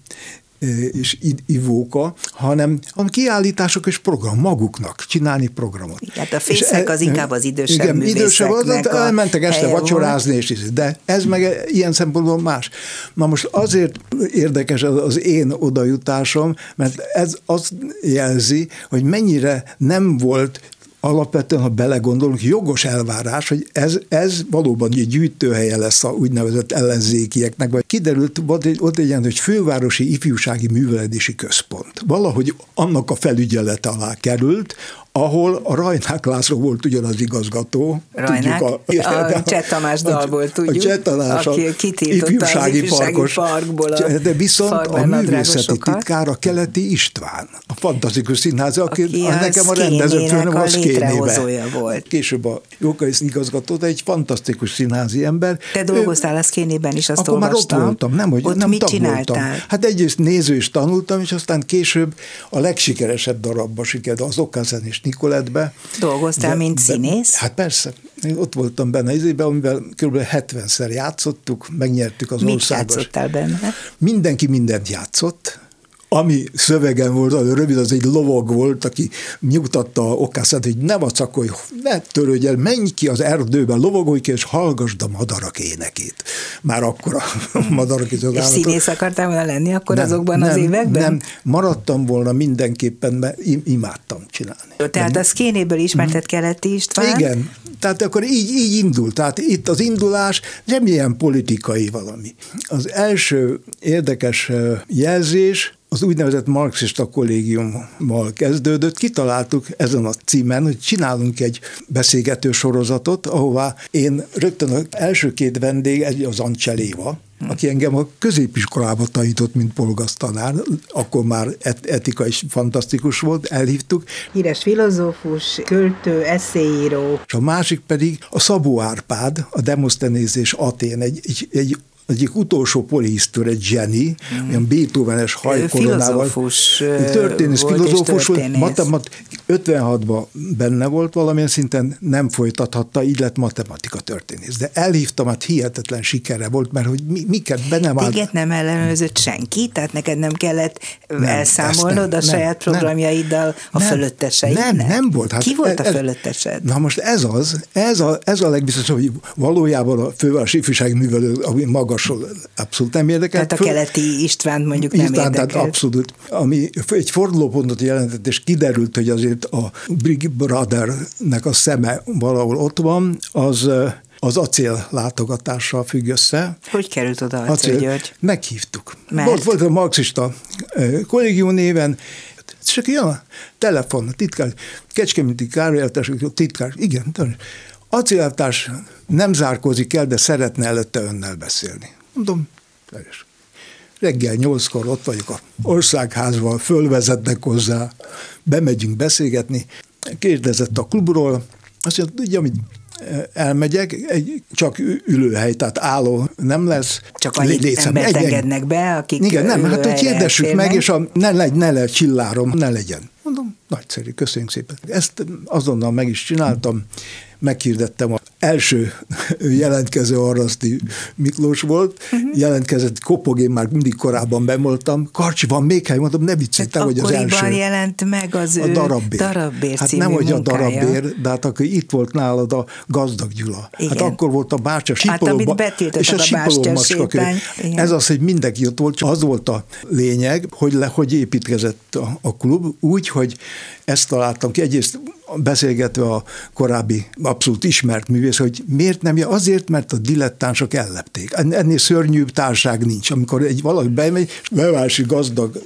és ivóka, hanem kiállítások és program, maguknak csinálni programot. Hát a fészek az inkább az idősebb művészeknek elmentek este vacsorázni, de ez meg ilyen szempontból más. Na most azért érdekes az én odajutásom, mert ez azt jelzi, hogy mennyire nem volt alapvetően, ha belegondolunk, jogos elvárás, hogy ez valóban egy gyűjtőhelye lesz a úgynevezett ellenzékieknek, vagy kiderült, volt egy ilyen, hogy Fővárosi Ifjúsági Művelődési Központ. Valahogy annak a felügyelete alá került, ahol a Rajnák László volt ugyanaz igazgató. Rajnák? A Cseh Tamás dalból tudjuk. A Cseh Tamás, aki kitiltotta az ifjúsági parkból de viszont a művészeti titkár a Keleti István, a fantasztikus színház, aki nekem a rendezőfőnök a szkénébe volt. Később a Jókai igazgató, de egy fantasztikus színházi ember. Te dolgoztál a szkénében is, azt akkor olvastam. Már ott voltam, ott nem mit tag csináltál? voltam. Hát egyrészt néző is tanultam, és aztán később a legsikeresebb darabba sikerült, az Okászen és Nicoletbe. Dolgoztál, mint színész? Hát persze. Én ott voltam benne az évben, amivel kb. 70-szer játszottuk, megnyertük az országos. Mit játszottál benne? Mindenki mindent játszott. Ami szövegen volt, az rövid, az egy lovag volt, aki nyugtatta Okászát, hogy ne vacakolj, ne törődj el, menj ki az erdőbe, lovagolj ki, és hallgasd a madarak énekét. Már akkor a madarak is az és állatok. Színész akartál volna lenni akkor azokban az években? Nem, maradtam volna mindenképpen, mert imádtam csinálni. Tehát a szkénéből ismerted Keleti István? Igen, tehát akkor így indult. Tehát itt az indulás nem ilyen politikai valami. Az első érdekes jelzés az úgynevezett marxista kollégiummal kezdődött. Kitaláltuk ezen a címen, hogy csinálunk egy beszélgető sorozatot, ahová én rögtön az első két vendég, az Ancseléva, aki engem a középiskolába tanított, mint polgasztanár, akkor már etika is fantasztikus volt, elhívtuk. Híres filozófus, költő, eszéíró. És a másik pedig a Szabó Árpád, a Demosthenész és Atén, egy egyik utolsó polihisztor, egy zseni, olyan Beethoven-es hajkoronával. Történész, filozófus volt, 56-ban benne volt valamilyen szinten, nem folytathatta, így lett matematika történész. De elhívtam, hát hihetetlen sikere volt, mert hogy miket be nem állt. Téged nem ellenőrzött senki? Tehát neked nem kellett elszámolnod a saját programjaiddal, a fölötteseidnek? Nem volt. Hát ki volt a fölöttesed? Na most ez a legbiztosabb, hogy valójában a fővárosi ifjúságművelő, ami magasról abszolút nem érdekelt. Tehát a Keleti Istvánt mondjuk nem érdekelt. Tehát abszolút. Ami egy fordulópontot jelentett, és kiderült, hogy azért a Big Brothernek a szeme valahol ott van, az acél látogatással függ össze. Hogy került oda Acél György? Meghívtuk. Volt a marxista kollégium néven, csak jön a telefon, a titkár, Kecskeméti Károly eltárs, titkár, igen, acéleltárs nem zárkózik el, de szeretne előtte önnel beszélni. Mondom, teljes. Reggel 8-kor ott vagyok a országházban, fölvezetnek hozzá, bemegyünk beszélgetni, kérdezett a klubról, azt mondja, tudja, amit elmegyek, csak ülőhely, tehát álló nem lesz. Csak annyi embert engednek be, akik igen, nem, hát hogy kérdessük meg, és ne legyen csillárom, ne legyen. Mondom, nagyszerű, köszönjük szépen. Ezt azonnal meg is csináltam, meghirdettem az első jelentkező Arraszti Miklós volt, jelentkezett, kopog, én már mindig korábban bemoltam, Karcsi, van még hely, mondom, ne viccelj, te vagy az első. Akkoriban jelent meg az ő Darabbér hát című nem, hogy a munkája. Darabbér, de hát akkor itt volt nálad a Gazdag Gyula. Igen. Hát akkor volt a Bácsa Sipolóban, és a Sipoló-Macska. Ez az, hogy mindenki ott volt, csak az volt a lényeg, hogy építkezett a klub úgy, hogy ezt találtam ki, egyrészt beszélgetve a korábbi abszolút ismert művész, hogy miért nem, azért, mert a dilettánsok ellepték. Ennél szörnyűbb társág nincs, amikor valaki bemegy, és bevárosi gazdag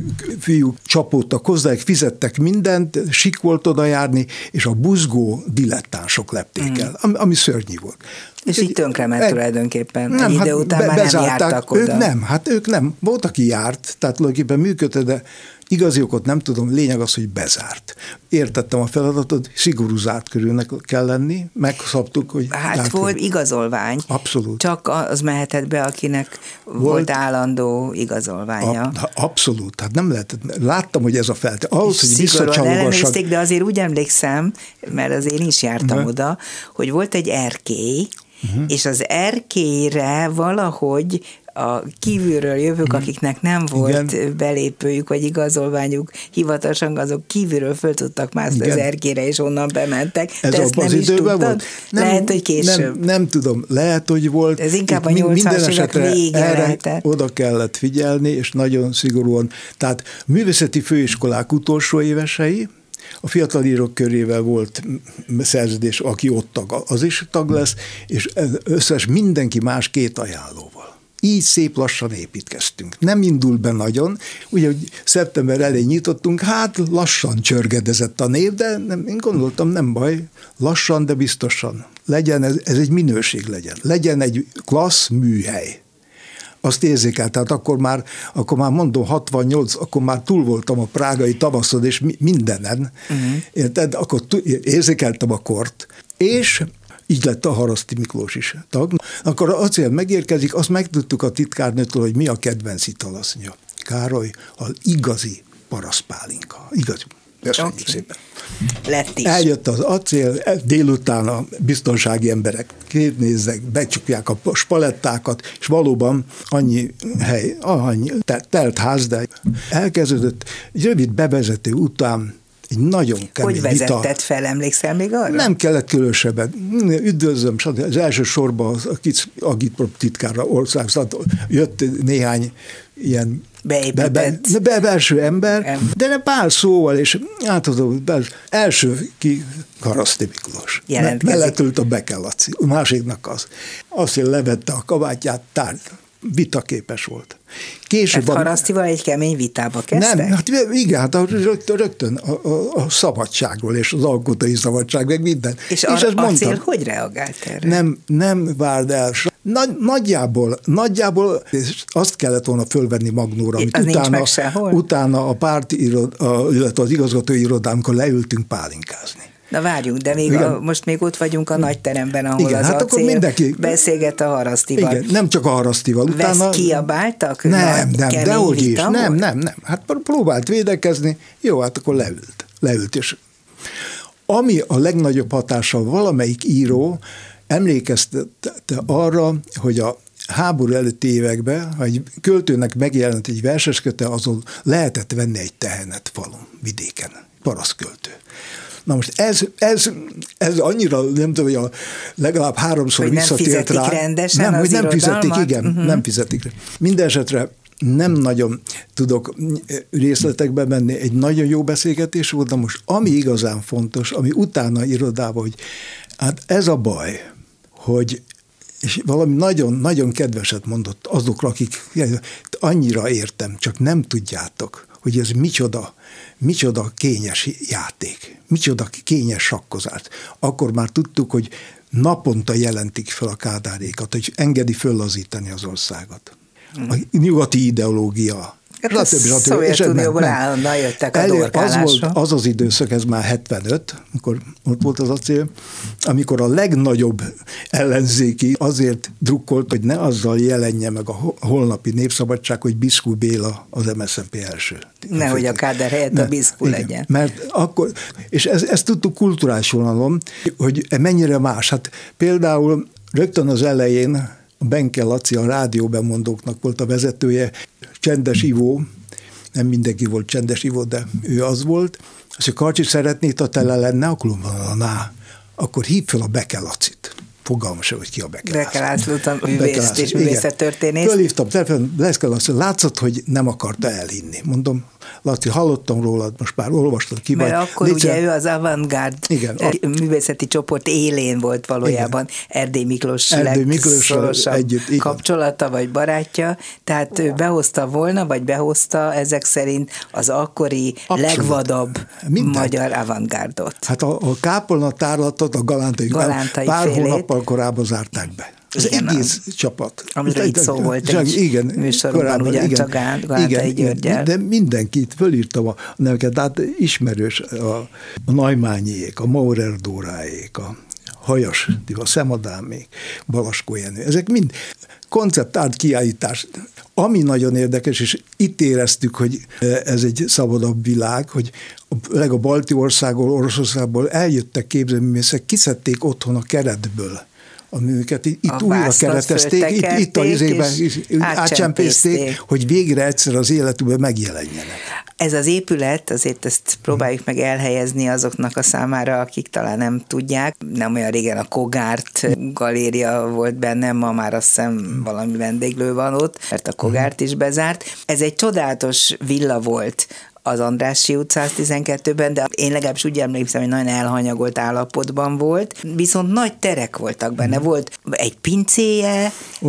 fiúk csapódtak hozzá, fizettek mindent, sik volt oda járni, és a buzgó dilettánsok lepték el, ami szörnyű volt. És így tönkrement tulajdonképpen. Egy idő után már nem jártak oda. Ők nem. Volt, aki járt, tehát tulajdonképpen működte, de igazi okot nem tudom, lényeg az, hogy bezárt. Értettem a feladatot, szigorú zárt körülnek kell lenni, megszabtuk, hogy... Hát volt igazolvány. Abszolút. Csak az mehetett be, akinek volt állandó igazolványa. Abszolút, hát nem lehetett. Láttam, hogy ez a feltétel. Ahhoz, hogy visszacsalogassak. De azért úgy emlékszem, mert azért én is jártam oda, hogy volt egy erkély, és az erkélyre valahogy a kívülről jövők, akiknek nem volt belépőjük, vagy igazolványuk hivatalosan, azok kívülről föl tudtak mászni az erkélyre, és onnan bementek. Ez te ezt nem az is tudtad? Volt? Lehet, hogy később. Nem tudom, lehet, hogy volt. Ez inkább a 80-as évek vége lehetett. Oda kellett figyelni, és nagyon szigorúan. Tehát művészeti főiskolák utolsó évesei, a fiatal írók körével volt szerződés, aki ott tag, az is tag lesz, és összes mindenki más 2 ajánlóval. Így szép lassan építkeztünk. Nem indult be nagyon, ugye, hogy szeptember elején nyitottunk, hát lassan csörgedezett a név, de én gondoltam, nem baj, lassan, de biztosan. Legyen, ez egy minőség legyen egy klassz műhely. Azt érzékel, tehát akkor már mondom 68, akkor már túl voltam a prágai tavaszon, és mindenen. Érted? Akkor érzékeltem a kort, és így lett a Haraszti Miklós is tag. Akkor acél megérkezik, azt megtudtuk a titkárnőtől, hogy mi a kedvenc ital, azt mondja. Károly, az igazi parasztpálinka. Igazi. Köszönjük szépen. Lett is. Eljött az acél, délután a biztonsági emberek nézzek, becsukják a spalettákat, és valóban annyi hely, telt ház, de elkezdődött egy rövid bevezető után egy nagyon kemény vita. Hogy vezetted fel, emlékszel még arra? Nem kellett különösebben. Üdvözlöm, az első sorban a Agitprop titkára ország, jött néhány ilyen belső ember, de ne pár szóval, és átadom, első ki Haraszti Miklós. Mellett ült a Beke Laci, a másiknak az. Azt, hogy levette a kabátját, vitaképes volt. Később Harasztival egy kemény vitába kezdtek? Nem, hát igen, hát rögtön a szabadságról, és az alkotói szabadság, meg minden. És Acél hogy reagált erre? Nem várd el. Nagyjából azt kellett volna fölvenni magnóra, amit utána a párt illetve az igazgatói irodán, amikor leültünk pálinkázni. Na várjunk, de még most még ott vagyunk a nagy teremben, ahol igen, az hát acél mindenki beszélget a Harasztival. Igen, nem csak a Harasztival. Utána kiabáltak? Nem, dehogy is. Nem. Hát próbált védekezni, jó, hát akkor leült és ami a legnagyobb hatással valamelyik író emlékeztette arra, hogy a háború előtti években, ha egy költőnek megjelent egy versesköte, azon lehetett venni egy tehenet falun, vidéken, parasztköltő. Na most ez annyira, nem tudom, hogy legalább 3-szor visszatért rá. Rendesen nem, hogy nem fizetik, igen, uh-huh. nem fizetik. Mindenesetre nem nagyon tudok részletekbe menni, egy nagyon jó beszélgetés volt, de most ami igazán fontos, ami utána irodában, hogy hát ez a baj, hogy és valami nagyon-nagyon kedveset mondott azokra, akik annyira értem, csak nem tudjátok, hogy ez micsoda kényes játék, micsoda kényes sakkozás. Akkor már tudtuk, hogy naponta jelentik fel a Kádárékat, hogy engedi föllazítani az országot. A nyugati ideológia. Szovjetunióból állandóan jöttek a dorkálásra. Az az időszak, ez már 75, amikor ott volt az acél, amikor a legnagyobb ellenzéki azért drukkolt, hogy ne azzal jelenje meg a holnapi Népszabadság, hogy Biszkú Béla az MSZNP első. Nehogy a Kádár helyett a Biszkú legyen. Mert akkor, és ezt tudtuk kulturális vonalon, hogy mennyire más. Hát például rögtön az elején a Benke Laci, a rádióbemondóknak volt a vezetője, Csendes Ivó, nem mindenki volt Csendes Ivó, de ő az volt. Azt, hogy Karcsi szeretné, ha tele lenne, akkor hív fel a Beke Lacit. Fogalma sem, hogy ki a Beke László. Beke Lászlót a művészt és művészettörténész. Fölhívtam telefon, Leszke Laci, látszott, hogy nem akarta elhinni. Mondom, Laci, hallottam rólad, most már olvastad ki. Mert akkor ugye ő az avantgárd művészeti csoport élén volt valójában. Erdély Miklós legszorosabb együtt, kapcsolata vagy barátja, tehát ő behozta volna, vagy behozta ezek szerint az akkori legvadabb magyar avantgárdot. Hát a kápolna tárlatot, a Galántai pár hónappal korábban zárták be. Az egész csapat. Amiről itt szó volt egy műsorban, ugyancsak Galántai Györgyel. De mindenkit fölírtam a neveket, tehát ismerős a Naimányiék, a Maurer Dóráék, a Hajas, a Szemadámék, Balaskó Jenő. Ezek mind konceptált kiállítás. Ami nagyon érdekes, és itt éreztük, hogy ez egy szabadabb világ, hogy a balti országból, Oroszországból eljöttek képzőművészek, kiszedték otthon a keretből a műket, itt újra keretezték, itt a izékben átcsempészték, hogy végre egyszer az életükben megjelenjenek. Ez az épület, azért ezt próbáljuk meg elhelyezni azoknak a számára, akik talán nem tudják. Nem olyan régen a Kogárt galéria volt benne, ma már azt hiszem valami vendéglő van ott, mert a Kogárt is bezárt. Ez egy csodálatos villa volt az Andrássy utca 112-ben, de én legalábbis úgy emlékszem, hogy nagyon elhanyagolt állapotban volt, viszont nagy terek voltak benne. Volt egy pincéje,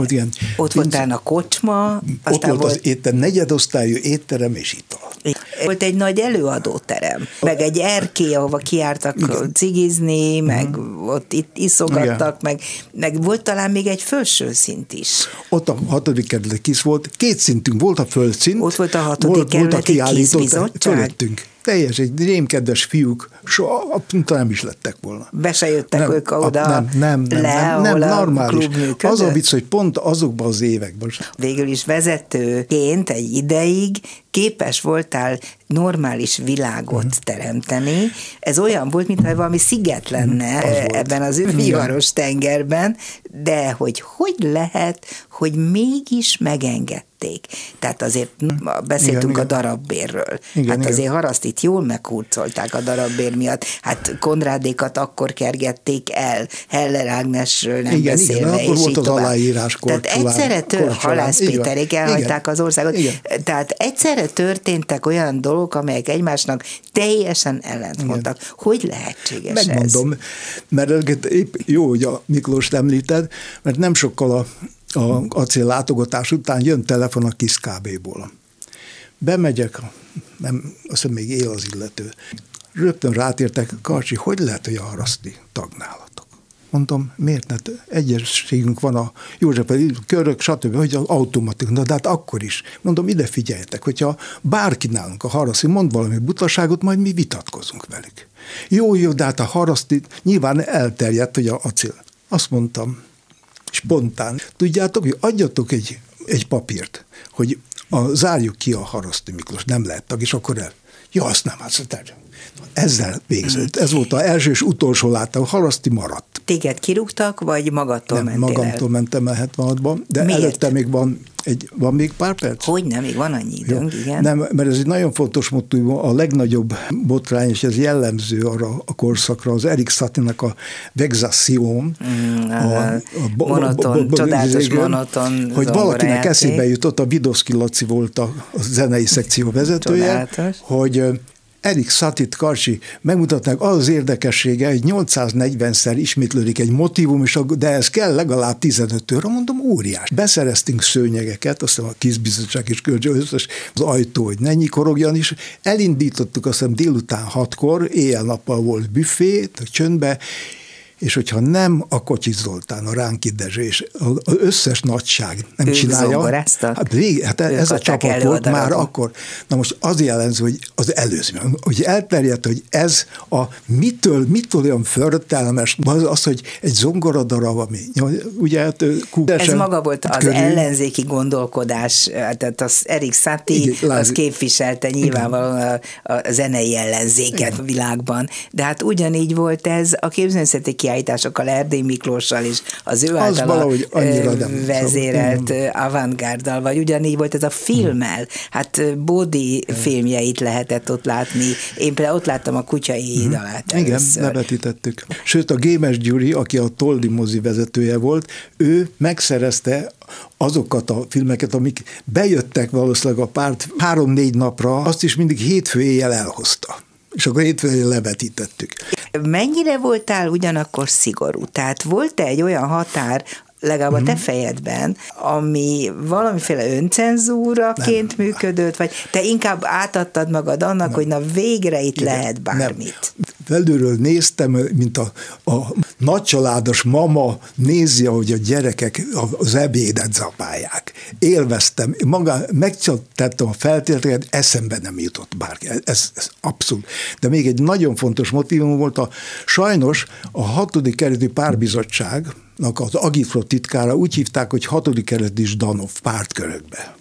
ott volt a kocsma, ott volt az negyedosztályú étterem és ital. Volt egy nagy előadóterem, meg egy erkély, ahova kijártak cigizni, meg ott itt iszogattak, meg volt talán még egy felső szint is. Ott a 6. kerület kis volt, 2 szintünk volt, a földszint, ott volt a 6. kerületi kézbizottság. Fölöttünk. Teljes, egy rémkedves fiúk, soha nem is lettek volna. Be se jöttek ők oda nem, normális. Az a vicc, hogy pont azokban az években. Végül is vezetőként egy ideig képes voltál normális világot teremteni. Ez olyan volt, mintha valami sziget lenne ebben az viharos tengerben, de hogy lehet, hogy mégis megengedték. Tehát azért beszéltünk a darabbérről. Azért Harasztit jól meghurcolták a darabbér miatt. Hát Konrádékat akkor kergették el, Heller Ágnesről nem beszélve, akkor és volt az aláíráskor. Tehát egyszerre Halász Péterék elhagyták az országot. Igen. Tehát egyszerre történtek olyan dolgok, amelyek egymásnak teljesen ellentmondtak. Hogy lehetséges ez? Megmondom, mert épp jó, hogy a Miklóst említed, mert nem sokkal a acél látogatás után jön telefon a Kiss KB-ból. Bemegyek, azt hiszem még él az illető. Rögtön rátértek, Karcsi, hogy lehet, hogy a Haraszti tag nálatok? Mondtam, miért? Hát egyességünk van a József körök, stb., hogy az automatik. De hát akkor is. Mondom, ide figyeljetek, hogyha bárki nálunk a haraszti mond valami butaságot, majd mi vitatkozunk velük. Jó, de hát a haraszti nyilván elterjedt, hogy a acél. Azt mondtam, spontán. Tudjátok, hogy adjatok egy papírt, hogy zárjuk ki a Haraszti Miklós, nem lehet tag, és akkor ja, azt nem, ezzel végződött. Ez volt az első és utolsó láttam, Haraszti maradt. Téged kirúgtak, vagy magadtól mentél el? Magamtól mentem el 76-ban, de miért? Előtte még van még pár perc? Hogy nem, még van annyi időnk, igen. Nem, mert ez egy nagyon fontos motívum, a legnagyobb botrány, és ez jellemző arra a korszakra, az Erik Satienak a Vexation, csodálatos monoton hogy valakinek eszébe jutott, a Vidovszky Laci volt a zenei szekció vezetője, csodálatos. hogy Erik Satit, Karcsi megmutatnák, az érdekessége, hogy 840-szer ismétlődik egy motívum, de ez kell legalább 15 óra, mondom, óriás. Beszereztünk szőnyegeket, azt hiszem a Kizbizottság és összes az ajtó, hogy ne nyikorogjon is. Elindítottuk, azt hiszem délután 6-kor, éjjel-nappal volt büfé, csöndbe, és hogyha nem, a Kocsis Zoltán, a Ránki Dezső, és az összes nagyság nem csinálja. Zongoráztak? Hát ez a csapat volt már akkor. Na most az jellemző, hogy az előző, hogy elterjedt, hogy ez mitől olyan förtelmes, az, hogy egy zongoradarab, ami, ugye hát ez maga volt az körül. Ellenzéki gondolkodás, tehát az Erik Satie, az képviselte nyilvánvalóan a zenei ellenzéket a világban, de hát ugyanígy volt ez a képzőművészeti kiállításokkal, Erdély Miklóssal és az ő általa vezérelt avantgárdal, vagy ugyanígy volt ez a filmmel. Hát Bódi filmjeit lehetett ott látni. Én például ott láttam a Kutyai híd alá. Igen, levetítettük. Sőt, a Gémes Gyuri, aki a Toldi mozi vezetője volt, ő megszerezte azokat a filmeket, amik bejöttek valószínűleg a párt 3-4 napra, azt is mindig hétfő éjjel elhozta. És akkor hétfőn levetítettük. Mennyire voltál ugyanakkor szigorú? Tehát volt-e egy olyan határ, legalább a te fejedben, ami valamiféle öncenzúraként működött, vagy te inkább átadtad magad annak, hogy na végre itt lehet bármit? Felülről néztem, mint a nagycsaládos mama nézi, hogy a gyerekek az ebédet zabálják. Élveztem, megtettem a feltételeket, eszembe nem jutott bárki. Ez abszolút. De még egy nagyon fontos motívum volt, sajnos a 6. kerületi pártbizottságnak az Agitpró titkára úgy hívták, hogy 6. kerületi Zsdanov pártkörökbe.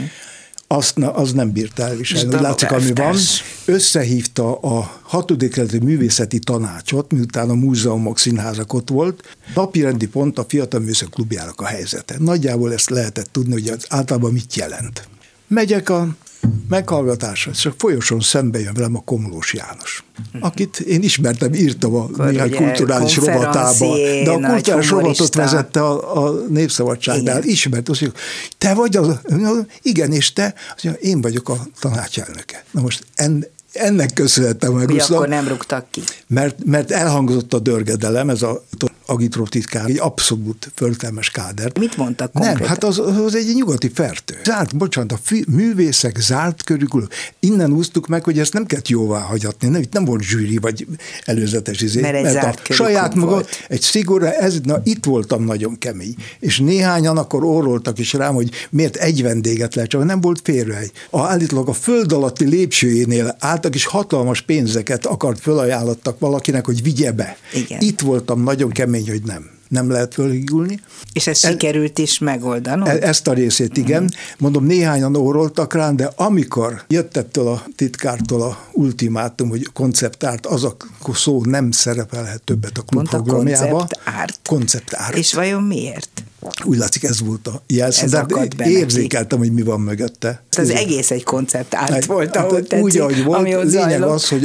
Az nem bírta elviselni. Látszik, ami van. Összehívta a 6. kerületi művészeti tanácsot, miután a múzeumok, színházak ott volt. Napirendi pont a Fiatal Művészek Klubjának a helyzete. Nagyjából ezt lehetett tudni, hogy az általában mit jelent. Megyek a meghallgatásra, és a folyosón szembe jön velem a Komlós János, akit én ismertem, írtam a néhány kulturális rovatába, de a kulturális rovatot vezette a Népszabadságnál, ismert, azt mondja, te vagy az, igen, és te, azt mondja, én vagyok a tanácselnöke. Na most ennek köszönhetem meg. Akkor nem rúgtak ki. Mert elhangzott a dörgedelem, ez a Agitpró titkár, egy abszolút föltelmes káder. Mit mondtak konkrétan? Nem, hát az egy nyugati fertő. A művészek zárt körül, innen úsztuk meg, hogy ezt nem kellett jóvá hagyatni, itt nem volt zsűri, vagy előzetes mert a saját maga, volt. Egy szigorú, itt voltam nagyon kemény. És néhányan akkor orroltak is rám, hogy miért egy vendéget lehet, csak nem volt férőhely. Állítólag a föld alatti lépcsőjénél álltak, és hatalmas pénzeket fölajánlottak valakinek, hogy vigye be. Igen. Itt voltam nagyon kemény, hogy nem lehet fölhigulni. És ezt sikerült is megoldanod? Ezt a részét, igen. Mondom, néhányan óroltak rám, de amikor jött ettől a titkártól a ultimátum, hogy konceptárt, az a szó nem szerepelhet többet a klub programjába. Konceptárt. És vajon miért? Úgy látszik, ez volt a jelszó, de érzékeltem, hogy mi van mögötte. Az egész egy konceptárt volt, ahogy tetszik. Úgy, ahogy volt, lényeg az, hogy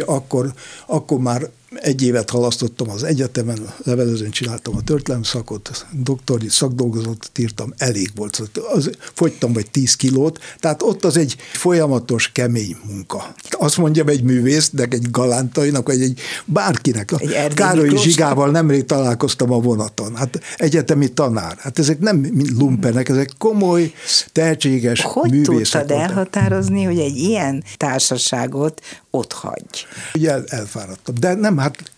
akkor már 1 évet halasztottam az egyetemen, levelezőn csináltam a történelem szakot, doktori szakdolgozatot írtam, elég volt. Fogytam vagy 10 kilót, tehát ott az egy folyamatos, kemény munka. Azt mondjam egy művésznek, egy galántainak, vagy egy bárkinek. Károly Zsigával nemrég találkoztam a vonaton. Hát egyetemi tanár. Hát ezek nem lumpenek, ezek komoly, tehetséges művészek. Hogy tudtad elhatározni, hogy egy ilyen társaságot ott hagyj? Ugye elfáradtam. De nem, hát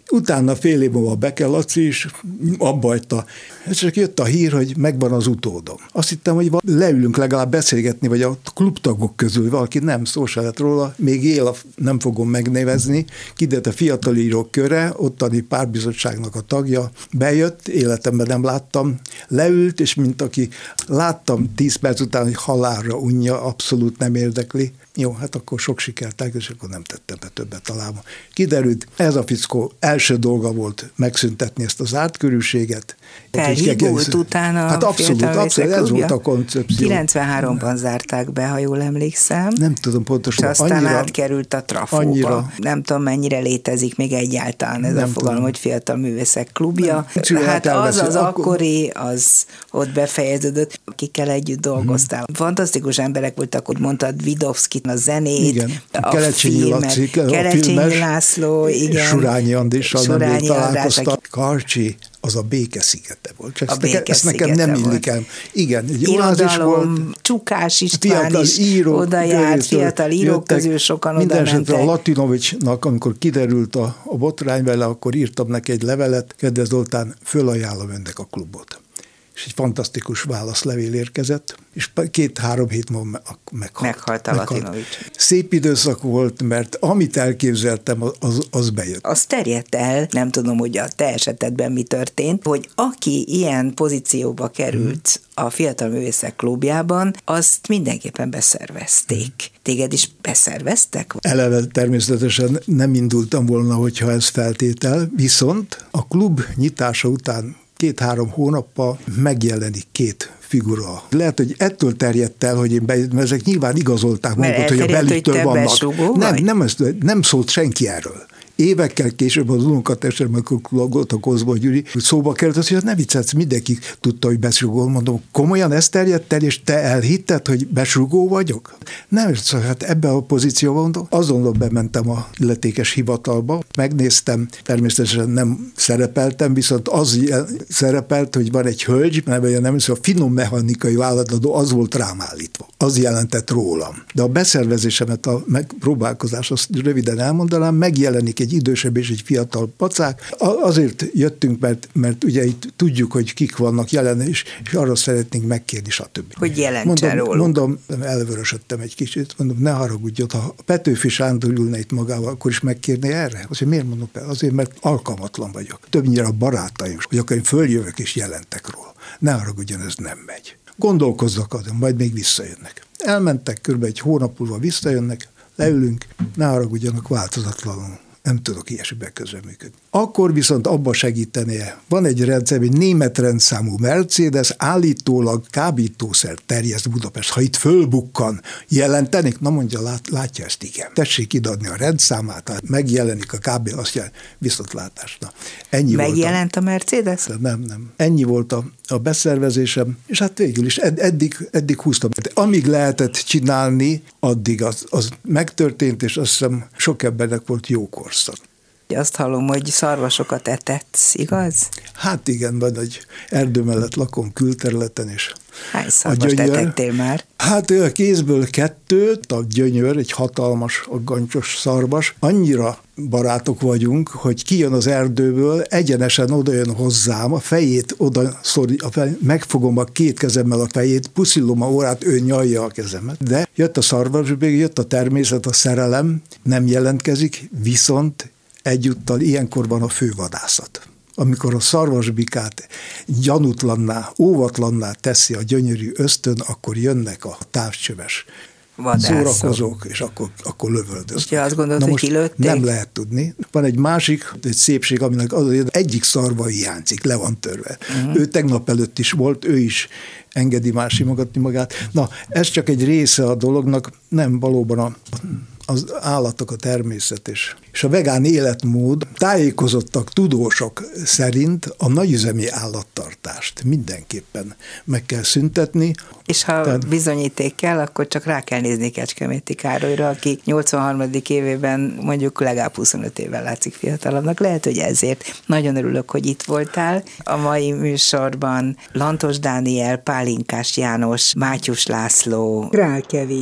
Utána fél év múlva Beke Laci is abbahagyta. Ez csak jött a hír, hogy megvan az utódom. Azt hittem, hogy leülünk legalább beszélgetni, vagy a klubtagok közül valaki, nem, szó se lett róla, még él, nem fogom megnevezni, kiderült a fiatal írók köre, ottani pártbizottságnak a tagja, bejött, életemben nem láttam, leült, és mint aki láttam 10 perc után, hogy halálra unja, abszolút nem érdekli. Jó, hát akkor sok sikert, és akkor nem tettem be többet talán. Kiderült, ez a fickó első dolga volt megszüntetni ezt az ártkörűséget. Felhívult utána hát abszolút, ez volt a koncepció. 93-ban zárták be, ha jól emlékszem. Nem tudom pontosan. És aztán átkerült a Trafóba. Annyira. Nem tudom, mennyire létezik még egyáltalán ez a fogalom, hogy Fiatal Művészek Klubja. Hát az akkori, az ott befejeződött, akikkel együtt dolgoztál. Fantasztikus emberek voltak, hogy mondtad Vidovszkit, a zenét, igen. a filmet, Kelecsényi László, igen. Surányi Andrissal nemrég találkoztak. Karcsi, az a Béke-szigete volt. Csak ezt nekem nem illik el. Igen, egy oázis volt. Csukás István is oda járt, fiatal írók közül sokan oda mentek. Mindenesetre a Latinovicsnak, amikor kiderült a botrány vele, akkor írtam neki egy levelet, kedves Zoltán, fölajánlom önnek a klubot. És egy fantasztikus válaszlevél érkezett, és 2-3 hét múlva meghalt a Latinovics. Szép időszak volt, mert amit elképzeltem, az bejött. Az terjedt el, nem tudom, hogy a te esetedben mi történt, hogy aki ilyen pozícióba került a Fiatal Művészek Klubjában, azt mindenképpen beszervezték. Téged is beszerveztek? Eleve természetesen nem indultam volna, hogyha ez feltétel, viszont a klub nyitása után 2-3 hónappal megjelenik 2 figura. Lehet, hogy ettől terjedt el, hogy én mert ezek nyilván igazolták magukat, hogy a belüttől vannak. Nem szólt senki erről. Évekkel később az unokatestemben, amikor a Kozma Gyuri, szóba került, hogy ne viccelsz, mindenki tudta, hogy besrugó. Mondom, komolyan ez terjedt el, és te elhitted, hogy besrugó vagyok? Nem, hát ebben a pozícióban mondom. Azonnal bementem a illetékes hivatalba, megnéztem, természetesen nem szerepeltem, viszont az szerepelt, hogy van egy hölgy, mert nem a finom mechanikai vállalatadó, az volt rám állítva. Az jelentett rólam. De a beszervezésemet, a megpróbálkozás, azt röviden elmondanám, megjelenik egy idősebb és egy fiatal pacák. Azért jöttünk, mert ugye itt tudjuk, hogy kik vannak jelen, és arra szeretnénk megkérni, stb. Hogy jelentsen róluk. Mondom, elvörösödtem egy kicsit, mondom, ne haragudj, ha Petőfi Sándor ülne itt magával, akkor is megkérné erre? Azért miért mondom el? Azért, mert alkalmatlan vagyok. Többnyire a barátaim, hogy akkor én följövök és jelentek róla. Ne haragudjon, ez nem megy. Gondolkozzak azon, majd még visszajönnek. Elmentek, kb. Egy hónap múlva visszajönnek, leülünk, ne haragudjanak, változatlanul. Nem tudok ilyesmiben közreműködni. Akkor viszont abba segítenie. Van egy rendszer, egy német rendszámú Mercedes, állítólag kábítószer terjeszt Budapest. Ha itt fölbukkan, jelentenik? Na mondja, látja ezt, igen. Tessék ideadni a rendszámát, megjelenik a kábel, azt jelenti, viszontlátásna. Ennyi megjelent a Mercedes? Nem. Ennyi volt a beszervezésem, és hát végül is eddig húztam. Amíg lehetett csinálni, addig az megtörtént, és azt hiszem sok embernek volt jó korszak. Azt hallom, hogy szarvasokat etetsz, igaz? Hát igen, majd egy erdő mellett lakom külterületen, és hány szarvast etettél már? Hát a kézből 2, a Gyönyör, egy hatalmas, aggancsos szarvas. Annyira barátok vagyunk, hogy kijön az erdőből, egyenesen odajön hozzám, a fejét oda megfogom a 2 kezemmel a fejét, puszilom a órát, ő nyalja a kezemet. De jött a szarvasbég, jött a természet, a szerelem, nem jelentkezik, viszont egyúttal ilyenkor van a fővadászat. Amikor a szarvasbikát gyanútlanná, óvatlanná teszi a gyönyörű ösztön, akkor jönnek a távcsöves szórakozók, és akkor lövöldöznek. Úgyhogy azt gondolod, hogy kilőtték? Nem lehet tudni. Van egy másik, egy szépség, aminek az egyik szarva hiányzik, le van törve. Ő tegnap előtt is volt, ő is engedi más simogatni magát. Na, ez csak egy része a dolognak, nem valóban az állatok, a természet és a vegán életmód tájékozottak, tudósok szerint a nagyüzemi állattartást mindenképpen meg kell szüntetni. És ha bizonyíték kell, akkor csak rá kell nézni Kecskeméti Károlyra, aki 83. évében mondjuk legalább 25 évvel látszik fiatalabbnak. Lehet, hogy ezért. Nagyon örülök, hogy itt voltál. A mai műsorban Lantos Dániel, Pálinkás János, Mátyus László, Grál Kevin,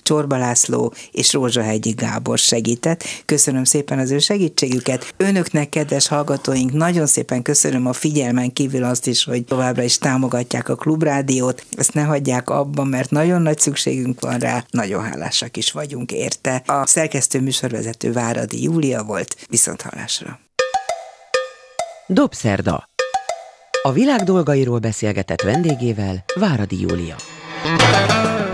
Csorba László és Rózsahegyi Gábor segített. Köszönöm szépen az ő segítségüket. Önöknek, kedves hallgatóink, nagyon szépen köszönöm a figyelmen kívül azt is, hogy továbbra is támogatják a Klubrádiót. Ezt ne hagyják abban, mert nagyon nagy szükségünk van rá, nagyon hálásak is vagyunk érte. A szerkesztő műsorvezető Váradi Júlia volt. Viszonthallásra. Dobszerda. A világ dolgairól beszélgetett vendégével Váradi Júlia.